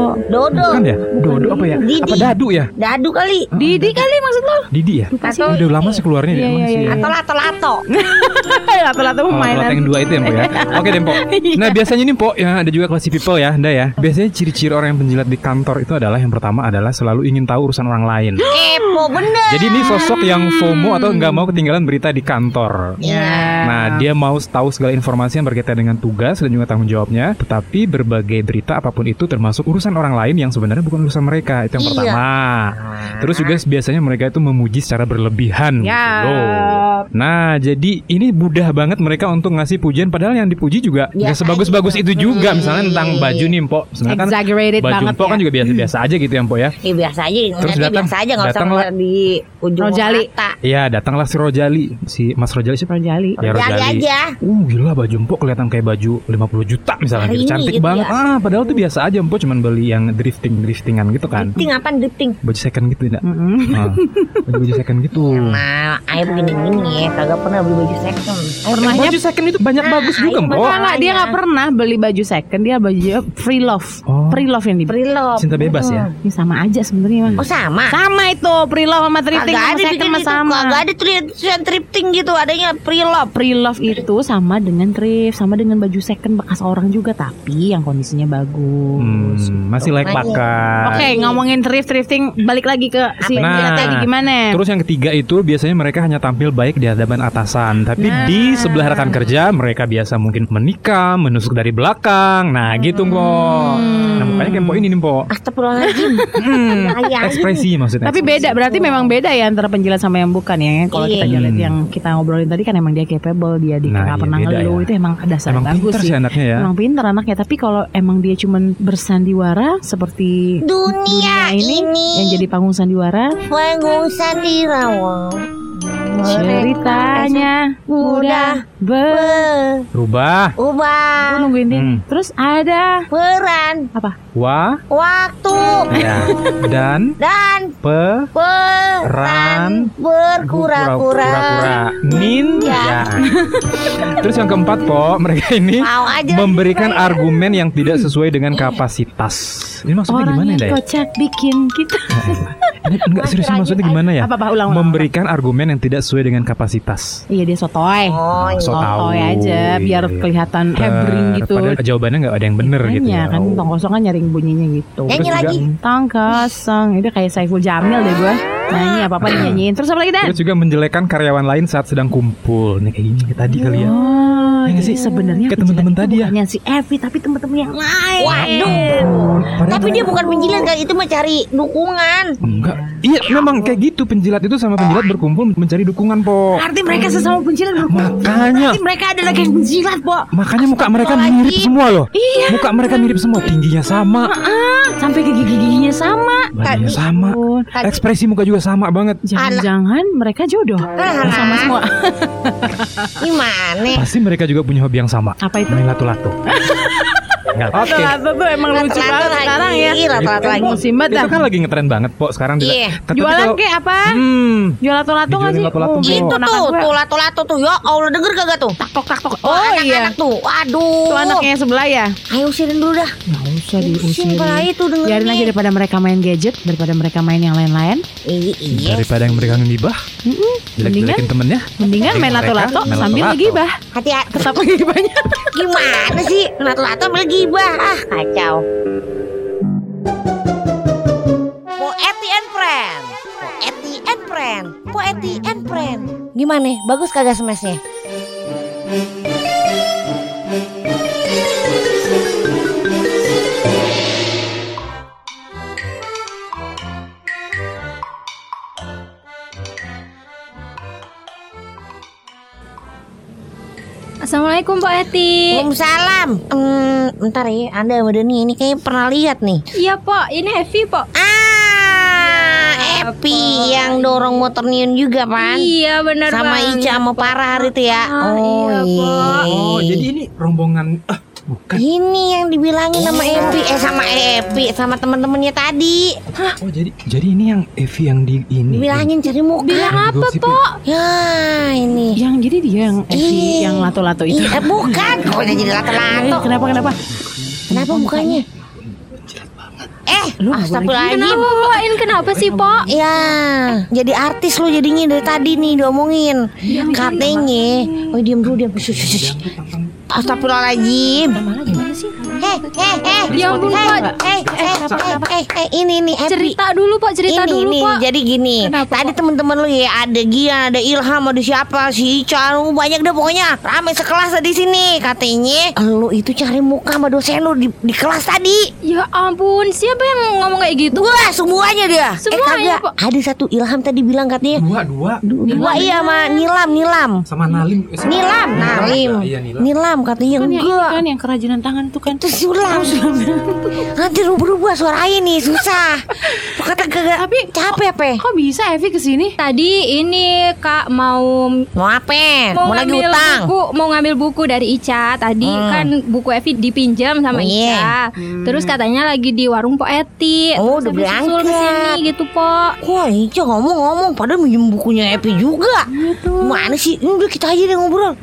Dodo. Kan ya? Dodo apa ya? Didi. Apa dadu ya? Dadu kali. Didi kali maksud lo? Didi ya? Atau Udah lama sih keluarnya Iya, emang iya, sih. iya. atau lato-lato. Lato-lato Oh, mainan. kalau yang dua itu ya, Mpok ya. Oke deh, Mpok. Nah, biasanya nih, Mpok, ya ada juga classy people ya, Anda ya. Biasanya ciri-ciri orang yang penjilat di kantor itu adalah yang pertama adalah selalu ingin tahu urusan orang lain. Kepo bener. Jadi ini sosok yang FOMO atau nggak mau ketinggalan berita di kantor. Iya. Nah, dia mau tahu segala informasi yang berkaitan dengan tugas dan juga tanggung jawabnya. Tetapi berbagai berita apapun itu termasuk urusan orang lain yang sebenarnya bukan urusan mereka. Itu yang Iya. pertama. Terus juga biasanya mereka itu memuji secara berlebihan. Ya. gitu loh. Nah, jadi ini mudah banget mereka untuk ngasih pujian. Padahal yang dipuji juga nggak Biasa sebagus-bagus aja. itu juga. Hmm. Misalnya tentang baju nih, Mpok. Sebenarnya kan Exaggerated baju banget Mpok kan ya. juga biasa-biasa aja gitu ya, Mpok ya. Ya biasa aja, Terus ngeliatnya datang- biasa aja, nggak usah datanglah- ngeliat di ujung Rojali. mata. Iya, datanglah si Rojali, si Mas Rojali siapa? Rojali. Ya, Rojali Rojali. aja. Uh, gila baju Mpok kelihatan kayak baju lima puluh juta misalnya Hari gitu. ini Cantik gitu banget. ya. Ah, padahal tuh biasa aja Mpok cuman beli yang drifting-driftingan gitu kan. Drifting apaan drifting? Baju second gitu enggak? Mm-mm. Ah, baju second gitu. Nah, air gini-gini ya, kagak pernah beli baju second. Air Pernah Baju second itu banyak Nah, bagus juga, ayo, Mpok. Mpok. Enggak, dia nggak pernah beli baju second, dia baju free love. Oh. Free love yang dibeli. Preloved. Cinta bebas ya. Ini sama aja sebenarnya mah. Oh sama. Sama itu free love sama thrifting Kagak sama ada second bikin mah itu, sama. kagak ada tulisan thrifting gitu, adanya preloved. Free love itu sama dengan thrift, sama dengan baju second bekas orang juga, tapi yang kondisinya bagus. Hmm, masih layak Makanya. pakai. Oke, ngomongin thrift thrifting, balik lagi ke si Nah, Mila tadi gimana? Terus yang ketiga itu biasanya mereka hanya tampil baik di hadapan atasan, tapi Nah. di sebelah rekan kerja mereka biasa mungkin menikam, menusuk dari belakang. Nah, gitu, Mpok. Nah, mukanya kayak Mpok ini nih, Mpok. Astagfirullahaladzim. Hmm, Bahaya aja. ekspresi maksudnya. Tapi beda, berarti memang beda ya antara penjilat sama yang bukan ya. Kalau Iya. kita lihat Hmm. yang kita ngobrolin tadi kan emang dia capable, dia di Nah, nggak iya, pernah beda ngeluh, ya. itu emang dasar Emang bagus pintar sih. sih anaknya ya. Emang pintar anaknya, tapi kalau emang dia cuman bersandiwara seperti Dunia ini, ini yang jadi panggung sandiwara, panggung sandiwara. ceritanya Mudah ber Rubah. Aku ubah nungguin dia. Hmm. Terus ada peran apa? Wa. waktu Ya. Dan. dan Pe. peran berkura-kura. Nin. Ya. Ya. Terus yang keempat, Po, mereka ini Mau aja memberikan lagi, argumen yang tidak sesuai dengan kapasitas. Ini maksudnya Orang gimana yang ya? kocak bikin kita. Ini enggak serius maksudnya gimana ya? Apa, apa, ulang, ulang. Memberikan argumen yang tidak sesuai dengan kapasitas. Iya, dia sotoy. Oh, iya. So Sotoy tahu. aja biar Iya. kelihatan hebring Ter- gitu. Padahal jawabannya nggak ada yang bener gitu Makanya ya. kan Oh. tong kosong kan nyaring bunyinya gitu. Nyanyi Terus lagi. juga- Tong kosong itu kayak Saiful Jamil deh gue. Nyanyi apa-apa dinyanyiin. Terus apa lagi Dan? Terus juga menjelekkan karyawan lain saat sedang kumpul. Nih kayak gini kayak tadi kali ya. Oh, Ya nggak jadi sih? sebenarnya Kayak teman-teman penjilat tadi itu ya. bukan yang si Evi tapi teman-teman yang lain. Waduh. Padahal Tapi dia bukan penjilat kan, itu mah cari dukungan. enggak. Iya, memang kayak gitu, penjilat itu sama penjilat berkumpul mencari dukungan, Po. Berarti mereka sesama penjilat berkumpul. Makanya. Berarti mereka adalah geng penjilat, Po. Makanya muka mereka mirip semua loh. Iya. Muka mereka mirip semua, tingginya sama, Ah, sampai gigi-giginya sama. badannya Tadi- sama, Tadi- ekspresi muka juga sama banget. Jangan-jangan mereka jodoh. Alah. Sama semua. Gimana? Pasti mereka juga punya hobi yang sama. Apa itu? Main lato-lato. Enggak. Oke. Lato tuh emang lucu Lato-lato banget lagi, sekarang ya. lato-lato lagi. Musim banget Itu dah. kan lagi ngetren banget, Po, sekarang juga. Iya. Tapi Jualan kalau- kayak apa? Hmm. Jual lato-lato nggak Dijualin sih? lato-lato, Oh, Po. Itu ponakan tuh, gue. tuh lato-lato tuh. Ya Allah, denger kagak tuh? Tak tok tak tok. Oh, anak-anak iya. tuh. Waduh. Tuh anaknya yang sebelah ya? Ayo usirin dulu dah. Nggak usah diusirin. Sumpah itu dengerin. Biarin aja daripada mereka main gadget, daripada mereka main yang lain-lain. Iya, iya. Daripada yang mereka ngibah, Mm-mm. jelek-jelekin temennya. Mendingan main Mereka lato-lato main sambil lato-lato. ngegibah. Hati-hati. Tetap ngegibahnya. Gimana sih? Lato-lato ambil gibah. Ah, kacau. Poeti and Friend. Poeti and Friend. Poeti and Friend. Gimana? Bagus kagak smashnya? Assalamualaikum Pak Eti. Waalaikumsalam. Hmm, bentar ya, Anda sama Dani ini kayaknya pernah lihat nih. Iya Pak, ini Heavy Pak. Ah, Epi yang dorong motor Niun juga, Pan. Iya benar Sama banget. Ica sama Parah hari itu ya. Ah, iya, Pak. Oh, jadi ini rombongan ah, bukan. Ini yang dibilangin sama Epi, eh sama Epi, sama teman-temannya tadi. Oh, jadi jadi ini yang Evi yang di ini. Dibilangin cari muka. Bilang apa Digosipin. Pak? Ya, ini. Yang jadi dia yang Evi Ih. yang lato-lato itu. Iya, bukan. Kok udah jadi Eh, lato-lato. kenapa kenapa? Kenapa mukanya? Eh, Lu nggak boleh astagfirullahaladzim. Kenapa Po? Ini kenapa sih Po? Ya, jadi artis lu jadinya dari tadi nih diomongin. Katanya, oh diam dulu diam. Shh, shh, shh. Astagfirullahaladzim. Eh, eh, eh. Ya ampun, eh, Pak. eh, eh, eh, eh, eh, ini nih, Epi. Cerita dulu Po, cerita ini dulu nih, Po. jadi gini. Kenapa, Tadi temen-temen lu ya ada Gian, ada Ilham, ada siapa si Ica, lu banyak deh pokoknya. Rame sekelas di sini. Katanya lu itu cari muka sama dosen lu di, di kelas tadi. Ya ampun, siapa yang ngomong kayak gitu? Wah, semuanya dia. Semuanya, eh, kagak. Ada satu Ilham tadi bilang katanya. Dua, dua. Dua iya sama Nilam, Nilam. Sama Nalim. Eh, sama- Nilam, Nalim. Iya, Nilam. Nilam katanya Kan yang ini enggak. kan yang kerajinan tangan itu kan. Itu Sulam. Nanti lu berubah suaranya nih susah. Lu kata kagak. Tapi capek apa? Kok bisa Evi kesini? Tadi ini Kak mau Mau apa? mau Mau lagi ngambil utang. buku, mau ngambil buku dari Ica. Tadi Hmm. kan buku Evi dipinjam sama Oh, iya. Ica. Terus katanya lagi di warung Po Eti. Oh, Terus udah Evi susul berangkat. kesini gitu Po. Wah, Ica ngomong-ngomong padahal minjem bukunya Epi juga. Mana sih? Ini udah kita aja deh ngobrol.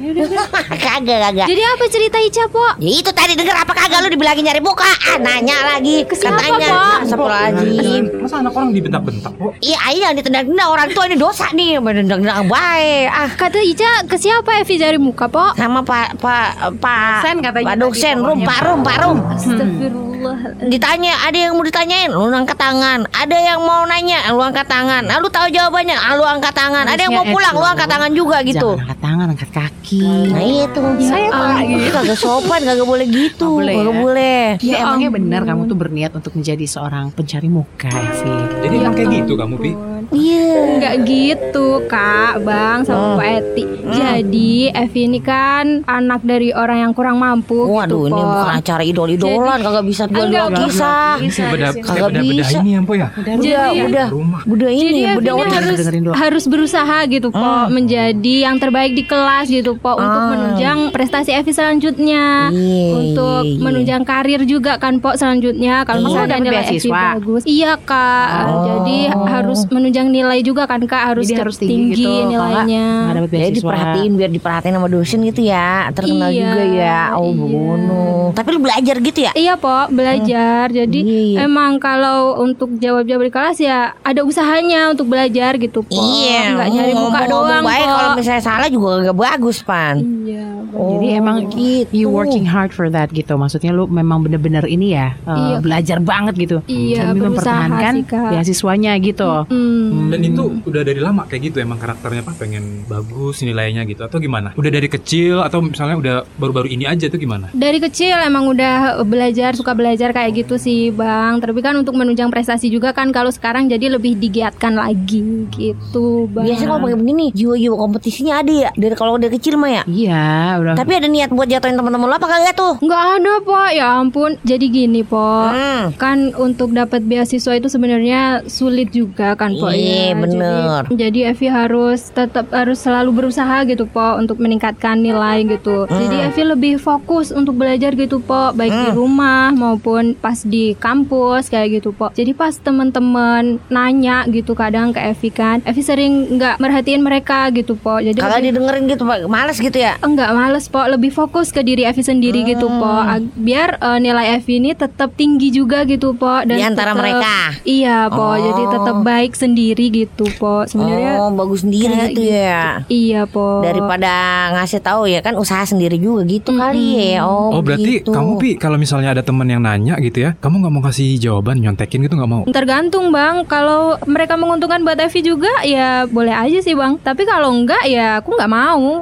Kagak, kagak. Jadi apa cerita Ica Po? Ya itu tadi denger apa kagak lu dibilangin nyari buka? Ah, nanya lagi. siapa, Katanya. Pak? Astagfirullahaladzim. Masa anak orang dibentak-bentak kok? Iya, iya ditendang-tendang orang tua ini dosa nih, menendang-tendang baik. Ah, Kata Ica ke siapa Evi cari muka Po? sama Pak Pak Pak Dosen katanya Pak tadi, dosen, pokoknya, rum, Pak Rum, Pak Rum. Astagfirullah. Ditanya, ada yang mau ditanyain, lu angkat tangan. Ada yang mau nanya, lu angkat tangan. Nah, lu tahu jawabannya, ah, lu angkat tangan. Ada yang mau Harusnya pulang, lu itu. angkat tangan juga gitu. Jangan angkat tangan, angkat kaki. Nah, itu. Saya Pak gitu. Kagak sopan, kagak boleh gitu. Nggak boleh, Kagak ya? boleh. Ya emangnya benar kamu tuh berniat untuk menjadi seorang pencari muka, Evi. Jadi emang kayak gitu kamu, Pi? Iya. Enggak gitu Kak, Bang sama Hmm. Pak Eti. Jadi Evi ini kan anak dari orang yang kurang mampu. Waduh, gitu, ini Po. bukan acara idol-idolan, kagak bisa jual Enggak, kisah. Saya beda, saya Kagak beda-beda bisa. ini ya, Po ya? Udah, Jadi- udah, Rumah. udah Jadi ini, Evi udah ini orang harus dengerin dulu. harus berusaha gitu Po, menjadi yang terbaik di kelas gitu Po, untuk Ah. menunjang prestasi Evi selanjutnya. Iya, Untuk iya, iya. menunjang karir juga kan Po selanjutnya. Kalau Iya. misalnya Dapat nilai Evi beasiswa? bagus. Iya Kak. Oh. Jadi harus menunjang nilai juga kan Kak, harus, Jadi harus tinggi, gitu. Kalau nggak, nilainya. nggak dapat Ya beasiswa. diperhatiin biar diperhatiin sama dosen gitu ya. Terkenal Iya, juga ya. Oh, iya. begono. Tapi lu belajar gitu ya? Iya Po, belajar. Jadi Iya, iya. emang kalau untuk jawab-jawab di kelas ya ada usahanya untuk belajar gitu Po. Iya, Nggak nyari muka ngomong-ngomong doang baik, Po. kalau misalnya salah juga gak bagus, Pan. Iya. Oh, Jadi emang gitu. you working hard for that gitu. Maksudnya lu memang bener-bener ini ya, uh, Iya. belajar banget gitu. Iya, Demi berusaha mempertahankan sih, Kak. beasiswanya gitu. Hmm. Dan itu udah dari lama kayak gitu emang karakternya, Pak, pengen bagus nilainya gitu atau gimana? Udah dari kecil atau misalnya udah baru-baru ini aja tuh gimana? Dari kecil emang udah belajar, suka belajar kayak gitu sih Bang. Tapi kan untuk menunjang prestasi juga kan kalau sekarang jadi lebih digiatkan lagi gitu Bang. Biasanya kalau pakai begini, jiwa-jiwa kompetisinya ada ya. Dari kalau dari kecil mah ya. Iya, udah. Tapi ada niat buat jatuhin teman-teman lo apa kagak tuh? Nggak ada Po, ya ampun. Jadi gini Po, Hmm. kan untuk dapat beasiswa itu sebenarnya sulit juga kan Po Iya, ya. bener. Jadi, jadi Evi harus tetap harus selalu berusaha gitu Po untuk meningkatkan nilai gitu. Jadi Evi lebih fokus untuk belajar gitu Po, baik di rumah maupun pas di kampus kayak gitu Po. Jadi pas teman-teman nanya gitu kadang ke Evi kan, Evi sering nggak merhatiin mereka gitu Po. Jadi Kagak lebih- didengerin gitu, Pak. Males gitu ya? Enggak males Po, lebih fokus ke diri Evi sendiri gitu Po. Ag- Biar eh, nilai Evi ini tetap tinggi juga gitu Po. Dan Di antara tetap- mereka? Iya Po, Oh. jadi tetap baik sendiri gitu Po. Sebenarnya Oh, bagus sendiri kayak gitu ya. iya Po. Daripada ngasih tahu ya kan usaha sendiri juga gitu kali ya. Oh, Oh, berarti gitu. kamu, Pi, kalau misalnya ada teman yang nanya gitu ya, kamu nggak mau kasih jawaban, nyontekin gitu nggak mau? Tergantung Bang, kalau mereka menguntungkan buat Evi juga ya boleh aja sih Bang. Tapi kalau enggak ya aku nggak mau.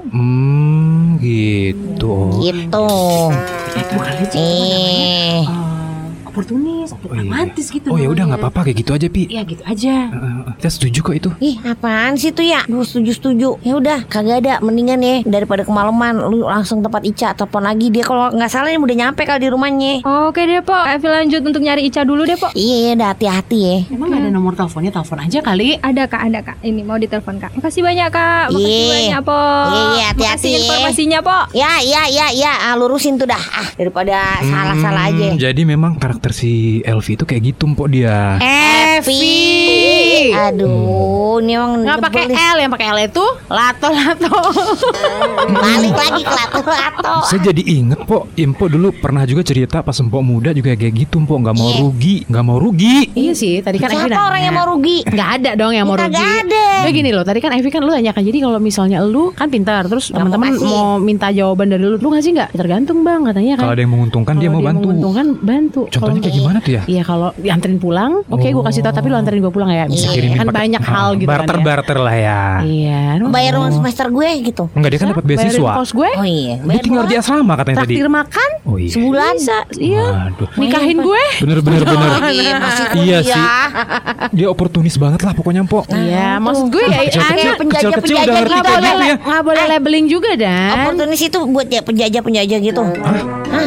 Hmm, gitu. Gitu. bukan licik, Eh. uh, oportunis, Oh, iya. romantis gitu. Oh ya udah namanya. nggak apa-apa kayak gitu aja, Pi. Iya gitu aja. Eh, eh, Kita setuju kok itu. Ih, apaan sih tuh ya? Duh, setuju-setuju. Ya udah, kagak ada. Mendingan ya daripada kemalaman lu langsung tempat Ica, telepon lagi dia. Kalau nggak salah ini udah nyampe kali di rumahnya. Oke deh Po, Evi lanjut untuk nyari Ica dulu deh Po. Iya, ya, udah hati-hati ya. Emang nggak ada nomor teleponnya? Telepon aja kali. Ada Kak, ada Kak. Ini mau ditelepon Kak. Makasih banyak Kak. Makasih Iya. banyak Po. Iya, iya, hati-hati Makasih ya. informasinya Po. Ya, ya, ya, ya, ah, lurusin tuh dah. Ah, daripada salah-salah aja. Hmm, Jadi memang karakter si Elvi itu kayak gitu, Mpok dia. Evi. Aduh, ini emang Nggak pakai nyebelin. L, yang pakai L itu lato-lato. Balik lagi ke lato-lato. Saya jadi inget po, Impo dulu pernah juga cerita pas Empok muda juga kayak gitu Empok, nggak mau Iya. rugi, nggak mau rugi. Iya sih, tadi kan Evi Siapa nanya. orang yang mau rugi? Nggak ada dong yang mau Nggak rugi. ada. Udah gini loh, tadi kan Evi kan lu tanyakan. Jadi kalau misalnya lu kan pintar, terus Nggak mau teman-teman kasih. mau minta jawaban dari lu, lu ngasih nggak? Tergantung bang, katanya kan. Kalau ada yang menguntungkan dia Kalau mau bantu. menguntungkan bantu. Contohnya kayak gimana tuh ya? Iya kalau dianterin pulang, oke gue kasih tau, tapi lu anterin gue pulang ya. Bisa Kirimin kan pakai- banyak Ah, hal gitu kan ya. barter-barter lah ya. Iya. Bayar uang semester gue gitu. Enggak, dia kan dapat Bayarin beasiswa. kos gue, Oh iya, Dia bayar tinggal gua. di asrama katanya tadi. traktir makan, Oh iya. Sebulan. bisa. Iya. Waduh. Nikahin gue. Bener bener bener. Iya, masih Iya kuliah. sih. Dia oportunis banget lah pokoknya Empok. Iya, maksud gue ya, Kecil-kecil, ayo penjajah- kecil-kecil udah penjajah ngerti nggak kayak boleh, gitu ya. nggak boleh labeling juga dan. Oportunis itu buat ya penjajah-penjajah gitu. Hah?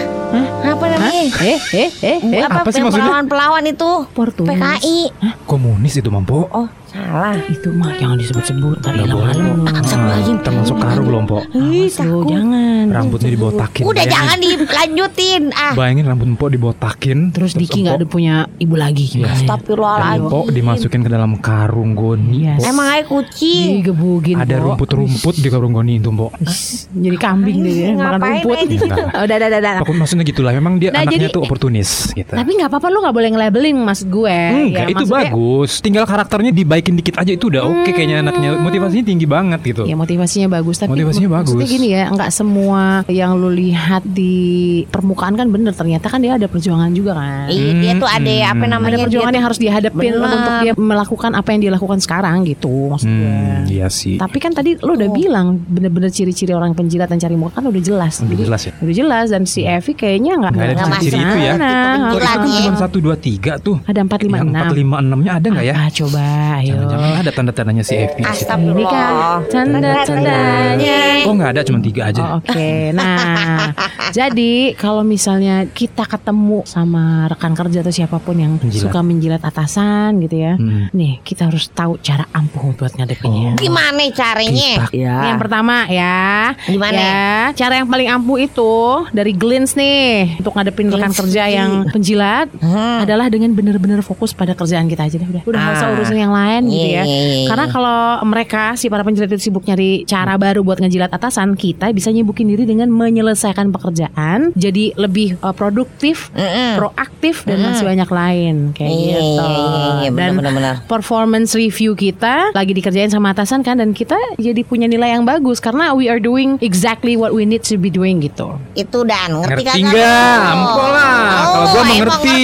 Apa namanya? Eh, eh, eh, eh. Apa, apa sih yang maksudnya? pelawan-pelawan itu? Oportunis. P K I. Komunis itu Mampo. Oh, salah. Itu mah jangan disebut-sebut. Tadi Nggak boleh malu. Astagfirullahaladzim. Termasuk karu loh Empok. Awas lu, jangan. Rambutnya dibotakin. Udah Bayangin- jangan dilanjutin. Ah, Bayangin rambut Empok dibotakin. Terus Diki nggak ada Empok- punya ibu lagi. Iya. Gimana? astagfirullahaladzim. Empok dimasukin ke dalam karung goni. Yes. Empok. Emang aja kucing. Digebugin. Ada Pok. rumput-rumput di karung goni itu Empok. Jadi kambing deh dia, makan Ngapain rumput. aja di situ? Oh, Udah, udah, udah, udah. Aku maksudnya gitulah. Memang dia Nah, anaknya jadi- tuh oportunis gitu. Tapi nggak apa-apa, lu nggak boleh nge-labeling maksud gue. Enggak, Ya, itu maksudnya- bagus. Tinggal karakternya dibaikin dikit aja itu udah oke kayaknya anaknya. Motivasinya tinggi banget gitu. Ya motivasinya bagus, tapi Motivasinya maksudnya bagus. gini ya, nggak semua yang lu lihat di permukaan kan bener. Ternyata kan dia ada perjuangan juga kan. Iya, dia tuh ada Hmm. apa Ada namanya? perjuangan dia yang harus dihadapin Bener. untuk dia melakukan apa yang dia lakukan sekarang gitu maksud gue. Hmm, iya sih. Tapi kan tadi lu udah bilang bener-bener ciri-ciri orang penjilat dan cari muka kan udah jelas. Udah Jadi, jelas ya? Udah jelas dan si Evi kayaknya nggak Nggak ada nggak ciri-ciri masuk itu ya? sana. Tipe penjilat Itu ya. cuma satu dua tiga tuh. Ada empat lima Yang enam. empat lima enamnya ada nggak ya? Ah, coba ayo. Jangan-jangan ada tanda-tandanya si Evi. di situ. Ini kan Astagfirullah. tanda-tandanya. Oh nggak ada, cuma tiga aja. Oh, Oke, nah jadi kalau misalnya kita ketemu sama rekan kerja atau siapapun yang Penjilat. suka menjilat atasan gitu ya, Hmm. nih kita harus tahu cara ampuh buat ngadepinnya. Gimana caranya? Kita- Ini yang pertama ya, Gimana? ya cara yang paling ampuh itu dari Glins nih untuk ngadepin rekan Glins kerja City. yang penjilat Hmm. adalah dengan benar-benar fokus pada kerjaan kita aja deh udah, udah nggak usah Ah. urusin yang lain gitu Iya, ya. iya, iya. Karena kalau mereka si para penjilat itu sibuk nyari cara baru buat ngejilat atasan, kita bisa nyibukin diri dengan menyelesaikan pekerjaan, jadi lebih uh, produktif, Mm-mm. proaktif dan masih banyak lain kayak Iya, gitu. iya, iya, iya, Dan benar-benar. performance review kita lagi dikerjain sama atasan kan, dan kita jadi punya nilai yang bagus karena we are doing exactly what we need to be doing gitu. Itu Dan, ngerti Ngerti kagak? nggak? lu? Ampun lah. Kalau gua emang mengerti.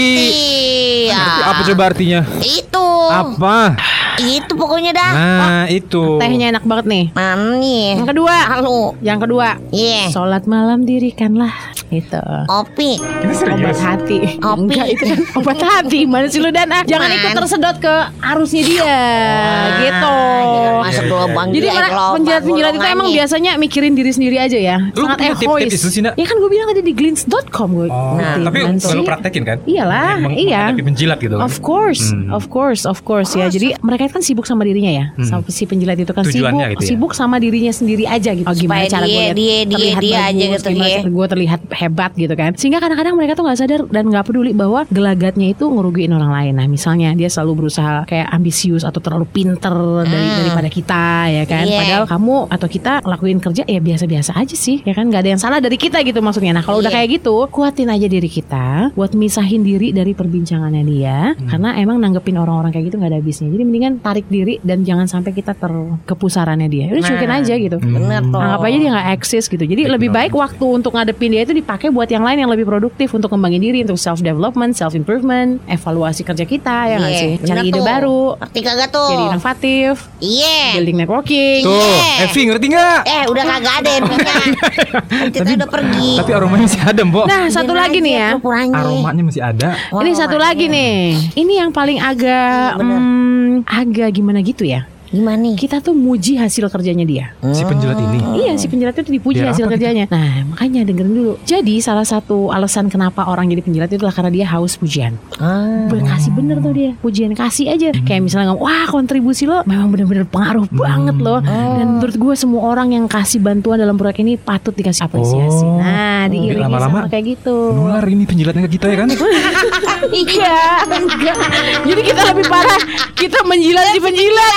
Ya. Apa coba artinya? Itu. Apa? Itu pokoknya dah. Nah itu. Tehnya enak banget nih. Mana nih? Yang kedua, Halo. yang kedua, Iya. sholat malam dirikanlah itu. Opi. Ini Obat serius. hati. Opi. Enggak, itu kan obat hati. Mana sih lu Dan? Ah, jangan Man. ikut tersedot ke arusnya dia. gitu. Jangan masuk lubang Jadi jelek, para lubang penjilat-penjilat itu emang golongannya. biasanya mikirin diri sendiri aja ya. Lu Sangat punya egois. tips-tips itu sih, Nak? Ya kan gue bilang tadi di glins dot com gue. Oh, ngerti tapi kan selalu sih? praktekin kan? Iyalah, Meng- iya. menghadapi penjilat gitu kan? Of course, Hmm. of course, of course ya. Jadi mereka kan sibuk sama dirinya ya. Hmm. Sama si penjilat itu kan Tujuannya sibuk, gitu ya? sibuk sama dirinya sendiri aja gitu. Oh, gimana Supaya cara gue dia- lihat dia- dia- terlihat dia aja bagus, gitu, gimana ya. cara gue terlihat hebat gitu kan. Sehingga kadang-kadang mereka tuh nggak sadar dan nggak peduli bahwa gelagatnya itu ngerugiin orang lain. Nah, misalnya dia selalu berusaha kayak ambisius atau terlalu pinter dari Hmm. daripada kita ya kan. Iya. Padahal kamu atau kita lakuin kerja ya biasa-biasa aja sih ya kan. Nggak ada yang salah dari kita gitu maksudnya. Nah, kalau udah Iya. kayak gitu, kuatin aja diri kita buat misahin diri dari perbincangannya dia. Karena emang nanggepin orang-orang kayak gitu nggak ada habisnya. Jadi mendingan tarik diri dan jangan sampai kita terkepusarannya dia. Udah cuekin Nah. aja gitu. Bener tuh. Anggap aja dia nggak eksis gitu. Jadi lebih baik waktu untuk ngadepin dia itu dipakai buat yang lain yang lebih produktif untuk kembangin diri, untuk self development, self improvement, evaluasi kerja kita ya nggak Iya, sih, cari bener ide tuh. baru, Ngerti kagak tuh? jadi inovatif, Iya. building networking. Tuh, Iya. Evi ngerti nggak? Eh, udah kagak ada Evinya. Kita udah pergi. Tapi aromanya masih ada, Mbok. Nah, satu Diam lagi aja nih ya. pura-puranya. Aromanya masih ada. Wah, Ini satu makanya. lagi nih. Ini yang paling agak Iya, bener. hmm, agak gimana gitu ya. Gimana nih? Kita tuh muji hasil kerjanya dia. Si penjilat ini. Iya, si penjilat itu dipuji Biar hasil apa gitu? kerjanya. Nah, makanya dengerin dulu. Jadi salah satu alasan kenapa orang jadi penjilat itu adalah karena dia haus pujian. Ah. Berkasih bener tuh dia. Pujian kasih aja. Kayak misalnya ngomong, wah kontribusi lo memang bener-bener pengaruh banget loh. Dan menurut gue semua orang yang kasih bantuan dalam proyek ini patut dikasih apresiasi. Oh. Nah, diiringi Lama-lama sama kayak gitu. Nular ini penjilatnya ke kita ya kan? Enggak, enggak. Jadi kita lebih parah. Kita menjilat si penjilat.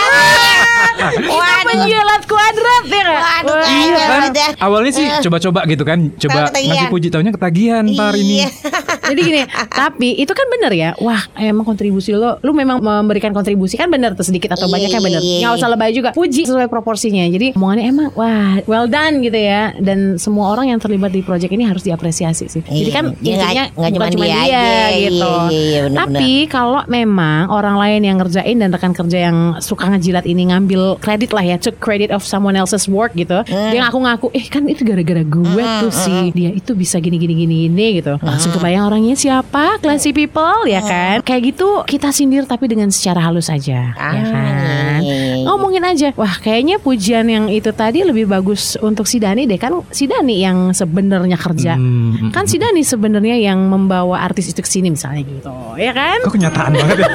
Kita menjilat kuadrat ya nggak? Waduh, Wah. kayaknya Kan udah. awalnya sih coba-coba gitu kan, coba Ketagihan. ngasih puji, taunya ketagihan ntar ini. Iya. Jadi gini, tapi itu kan bener ya. Wah, emang kontribusi lo, lu memang memberikan kontribusi kan bener tuh, sedikit atau banyak kan bener. Iya. Nggak usah lebay juga. Puji sesuai proporsinya. Jadi omongannya emang wah, well done gitu ya. Dan semua orang yang terlibat di project ini harus diapresiasi sih. Jadi kan Iya, intinya nggak- nggak bukan cuma cuma dia dia, aja. gitu. Iya, iya, iya, bener-bener. Tapi kalau memang orang lain yang ngerjain dan rekan kerja yang suka ngejilat ini ngambil kredit lah ya, took credit of someone else's work gitu. Hmm. Dia ngaku-ngaku, eh kan itu gara-gara gue tuh sih. Dia itu bisa gini-gini gini gitu. Langsung kebayang orangnya siapa? Classy people ya kan. Kayak gitu kita sindir tapi dengan secara halus aja, Ah, ya kan. iya, iya. Ngomongin aja. Wah, kayaknya pujian yang itu tadi lebih bagus untuk si Dani deh, kan si Dani yang sebenarnya kerja. Hmm, Kan si Dani sebenarnya yang membawa artis itu ke sini misalnya gitu. Ya kan? Kok kenyataan banget ya?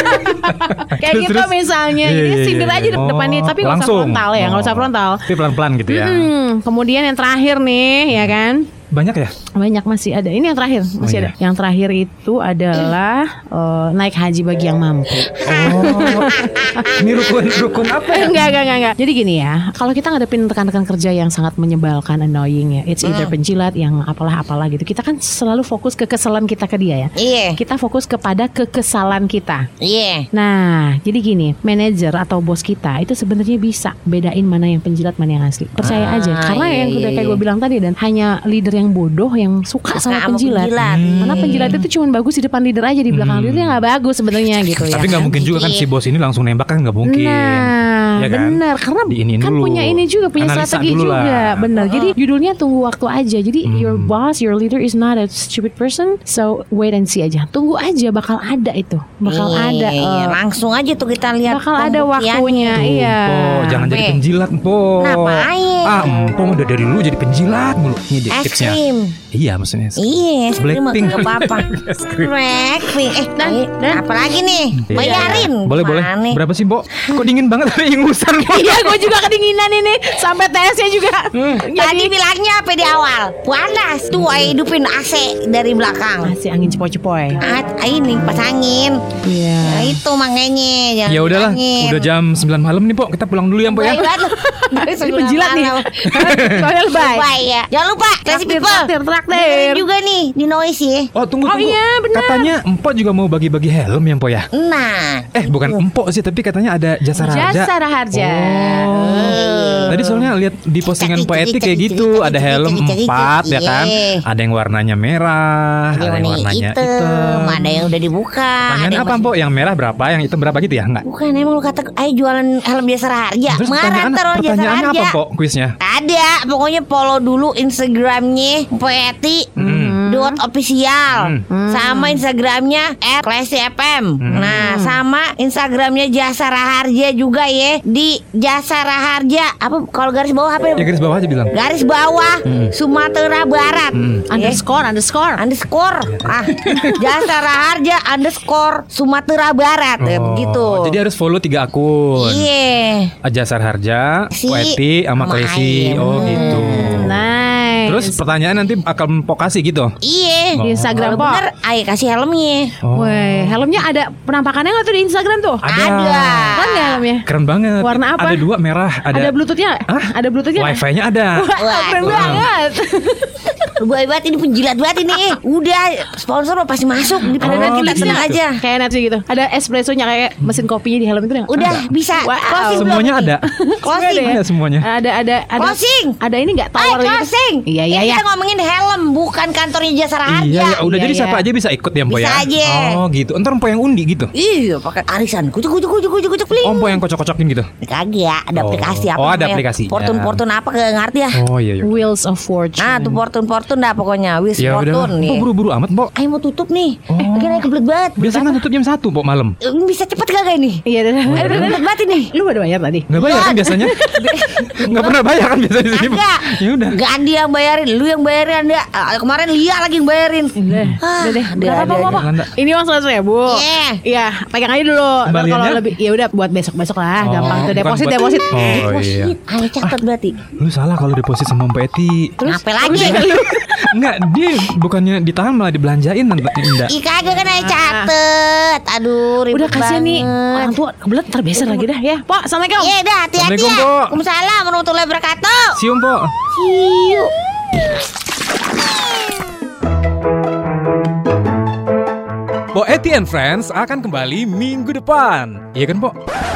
Kayak Terus, gitu terus? misalnya. Iya, Jadi iya, sindir iya. aja di depan nih, Oh, tapi nggak usah langsung. frontal ya, nggak usah Oh. frontal. Tapi pelan-pelan gitu ya. Hmm, kemudian yang terakhir nih, ya kan? Banyak ya? Banyak masih ada. Ini yang terakhir, masih Oh, ada. Yang terakhir itu adalah eh, naik haji bagi yang mampu. Oh. Ini rukun rukun apa ya? Enggak, enggak, enggak, enggak. Jadi gini ya, kalau kita ngadepin rekan-rekan kerja yang sangat menyebalkan, annoying ya, it's either penjilat yang apalah-apalah gitu. Kita kan selalu fokus ke kesalahan kita ke dia ya. Iya. Kita fokus kepada kekesalan kita. Iya. Nah, jadi gini, manajer atau bos kita itu sebenarnya bisa bedain mana yang penjilat, mana yang asli. Percaya Ah, aja, karena iya, yang iya, udah kayak iya. gue bilang tadi, dan hanya leader yang bodoh yang suka sama Sama penjilat. penjilat. Karena penjilat itu cuma bagus di depan leader aja, di belakang leadernya nggak bagus sebenarnya gitu ya. Tapi nggak mungkin juga kan si bos ini langsung nembak, kan nggak mungkin. Nah, Ya kan? benar, karena Diinin kan dulu. punya ini juga, punya Analisa strategi dulu juga, lah. benar. Jadi judulnya tunggu waktu aja. Jadi your boss, your leader is not a stupid person, so wait and see aja. Tunggu aja, bakal ada itu, bakal Iya, ada. iya. eh, Langsung aja tuh kita lihat bakal ada pembuktiannya. waktunya, Tuh, iya. Po, jangan jadi Apa? penjilat, Po. Ngapain? Ah, Po udah dari dulu jadi penjilat mulu. Ini deh Es tipsnya. krim. Iya, maksudnya. Iya, es krim mah Blackpink. nggak apa-apa. Es krim. Blackpink. Eh, Dan- ayo, dan- apa lagi nih? Iya. Bayarin. Boleh, boleh. Mana? Berapa sih, Po? Kok dingin banget ada ingusan, Po? Iya, gue juga kedinginan ini, sampai T S-nya juga. Tadi bilangnya apa di awal? Panas. Tuh, ayo hidupin A C dari belakang. Masih angin cepoy-cepoy. Ah, ini pas angin. Iya. Nah, itu makanya jangan Ya udahlah, angin. udah jam sembilan malam nih, Po. Kita pulang dulu ya, Po ya. Baik banget. Ini penjilat nih. Soalnya lebay. Bye ya. Jangan lupa Classy Traktir, People. traktir, traktir. Dengerin juga nih di Noise ya. Oh, tunggu, Oh, tunggu. iya, benar. Katanya Empok juga mau bagi-bagi helm ya, Po ya? Nah, Eh, bukan Empok sih, tapi katanya ada jasa raharja. Jasa Raharja. Oh. Tadi soalnya lihat di postingan Po Eti kayak gitu, ada helm empat ya kan. Ada yang warnanya merah, ada yang warnanya hitam. ada yang udah dibuka. Pertanyaan ada yang apa, masih- Po? Yang merah berapa, yang hitam berapa gitu ya? Enggak. Bukan, emang lu kata ayo jualan helm jasa raharja. Terus Marah pertanyaan, ntar orang jasa pertanyaannya apa, raharja. Po? Kuisnya? Ada, pokoknya follow dulu Instagramnya Poeti dot official, sama Instagramnya at classy f m. Nah, sama Instagramnya Jasa Raharja juga ya, di Jasa Raharja. Apa kalau garis bawah apa? Ya garis bawah aja bilang. Garis bawah Sumatera Barat. Ya. Underscore, underscore. Underscore ah Jasa Raharja underscore Sumatera Barat ya, begitu. Jadi harus follow tiga akun. Iya. Jasa Raharja, Si, Poeti, sama sama Classy. Aim. Oh gitu. Nice. Terus pertanyaan nanti akan Po kasih gitu. Iya. Di Instagram, Kalau Po. bener, ayo kasih helmnya. Oh. Weh, helmnya ada penampakannya nggak tuh di Instagram tuh? Ada. Ada. Kan ya helmnya? Keren banget. Warna apa? Ada dua, merah. Ada, Ada Bluetoothnya? Hah? Ada Bluetoothnya? Wi-Fi-nya ada. Wah, keren banget. Buat banget ini penjilat banget ini. Udah sponsor mah pasti masuk. Di Ada Oh, Netflix gitu. aja. Kayak Netflix gitu. Ada espressonya kayak mesin kopinya di helm itu yang Udah bisa. Wow. Closing belum Semuanya ini? ada. Closing. Ada semuanya. Ada ada ada. Closing. Ada ini enggak Ayo tower gitu? closing. Iya iya Ini iya. Kita ngomongin helm, bukan kantornya Jasa Raharja. Iya, ya udah Iya, jadi iya. siapa aja bisa ikut ya, Po Bisa ya? aja. Oh, gitu. Entar Po yang undi gitu. Iya, pakai arisan. Kucuk kucuk kucuk kucuk kucuk pling. Oh, Po yang kocok-kocokin gitu. Kagak, ada Oh. aplikasi apa? Oh, ada namanya? aplikasinya. Fortune-fortune apa kagak ngerti ya. Oh, iya iya. Wheels of Fortune. Nah, tuh Fortune-fortune dah pokoknya. Wis Ya udah. Fortune Po nih. buru-buru amat, Po. Ayo mau tutup nih. Oh. Lagi naik kebelet banget. Biasanya kan tutup jam satu, Po, malam. Eh, Bisa cepet kagak ini? Iya, udah. Ayo udah kebelet banget ini. Lu udah bayar tadi? Nggak bayar kan biasanya? Nggak pernah bayar kan biasanya di sini, Po? Kagak. Ya udah. Gak Andi yang bayarin, lu yang bayarin dia. Ah, kemarin Lia lagi yang bayarin. Udah, Ah, udah deh. ada, Berapa, ada, Pak, ada. Pak? Ini uang seratus ribu. Iya. Iya, pegang aja dulu. Ntar kalau Kembaliannya? lebih, ya udah buat besok besok lah. Oh, Gampang tuh bukan deposit buat- deposit. Oh, iya. Ayo catat berarti. Lu salah kalau deposit sama Mbak Eti. Terus apa lagi? Enggak, dia bukannya ditahan malah dibelanjain Tante Indah. Ih kagak kan aja catet. Aduh ribet Udah kasihan nih banget. orang tua kebelet terbiasa lagi dah ya. Pak, assalamualaikum. Iya dah hati-hati Assalamualaikum, ya. Po. Waalaikumsalam warahmatullahi wabarakatuh. Sium, Po. Yuk. Po Eti and Friends akan kembali minggu depan. Iya kan, Po?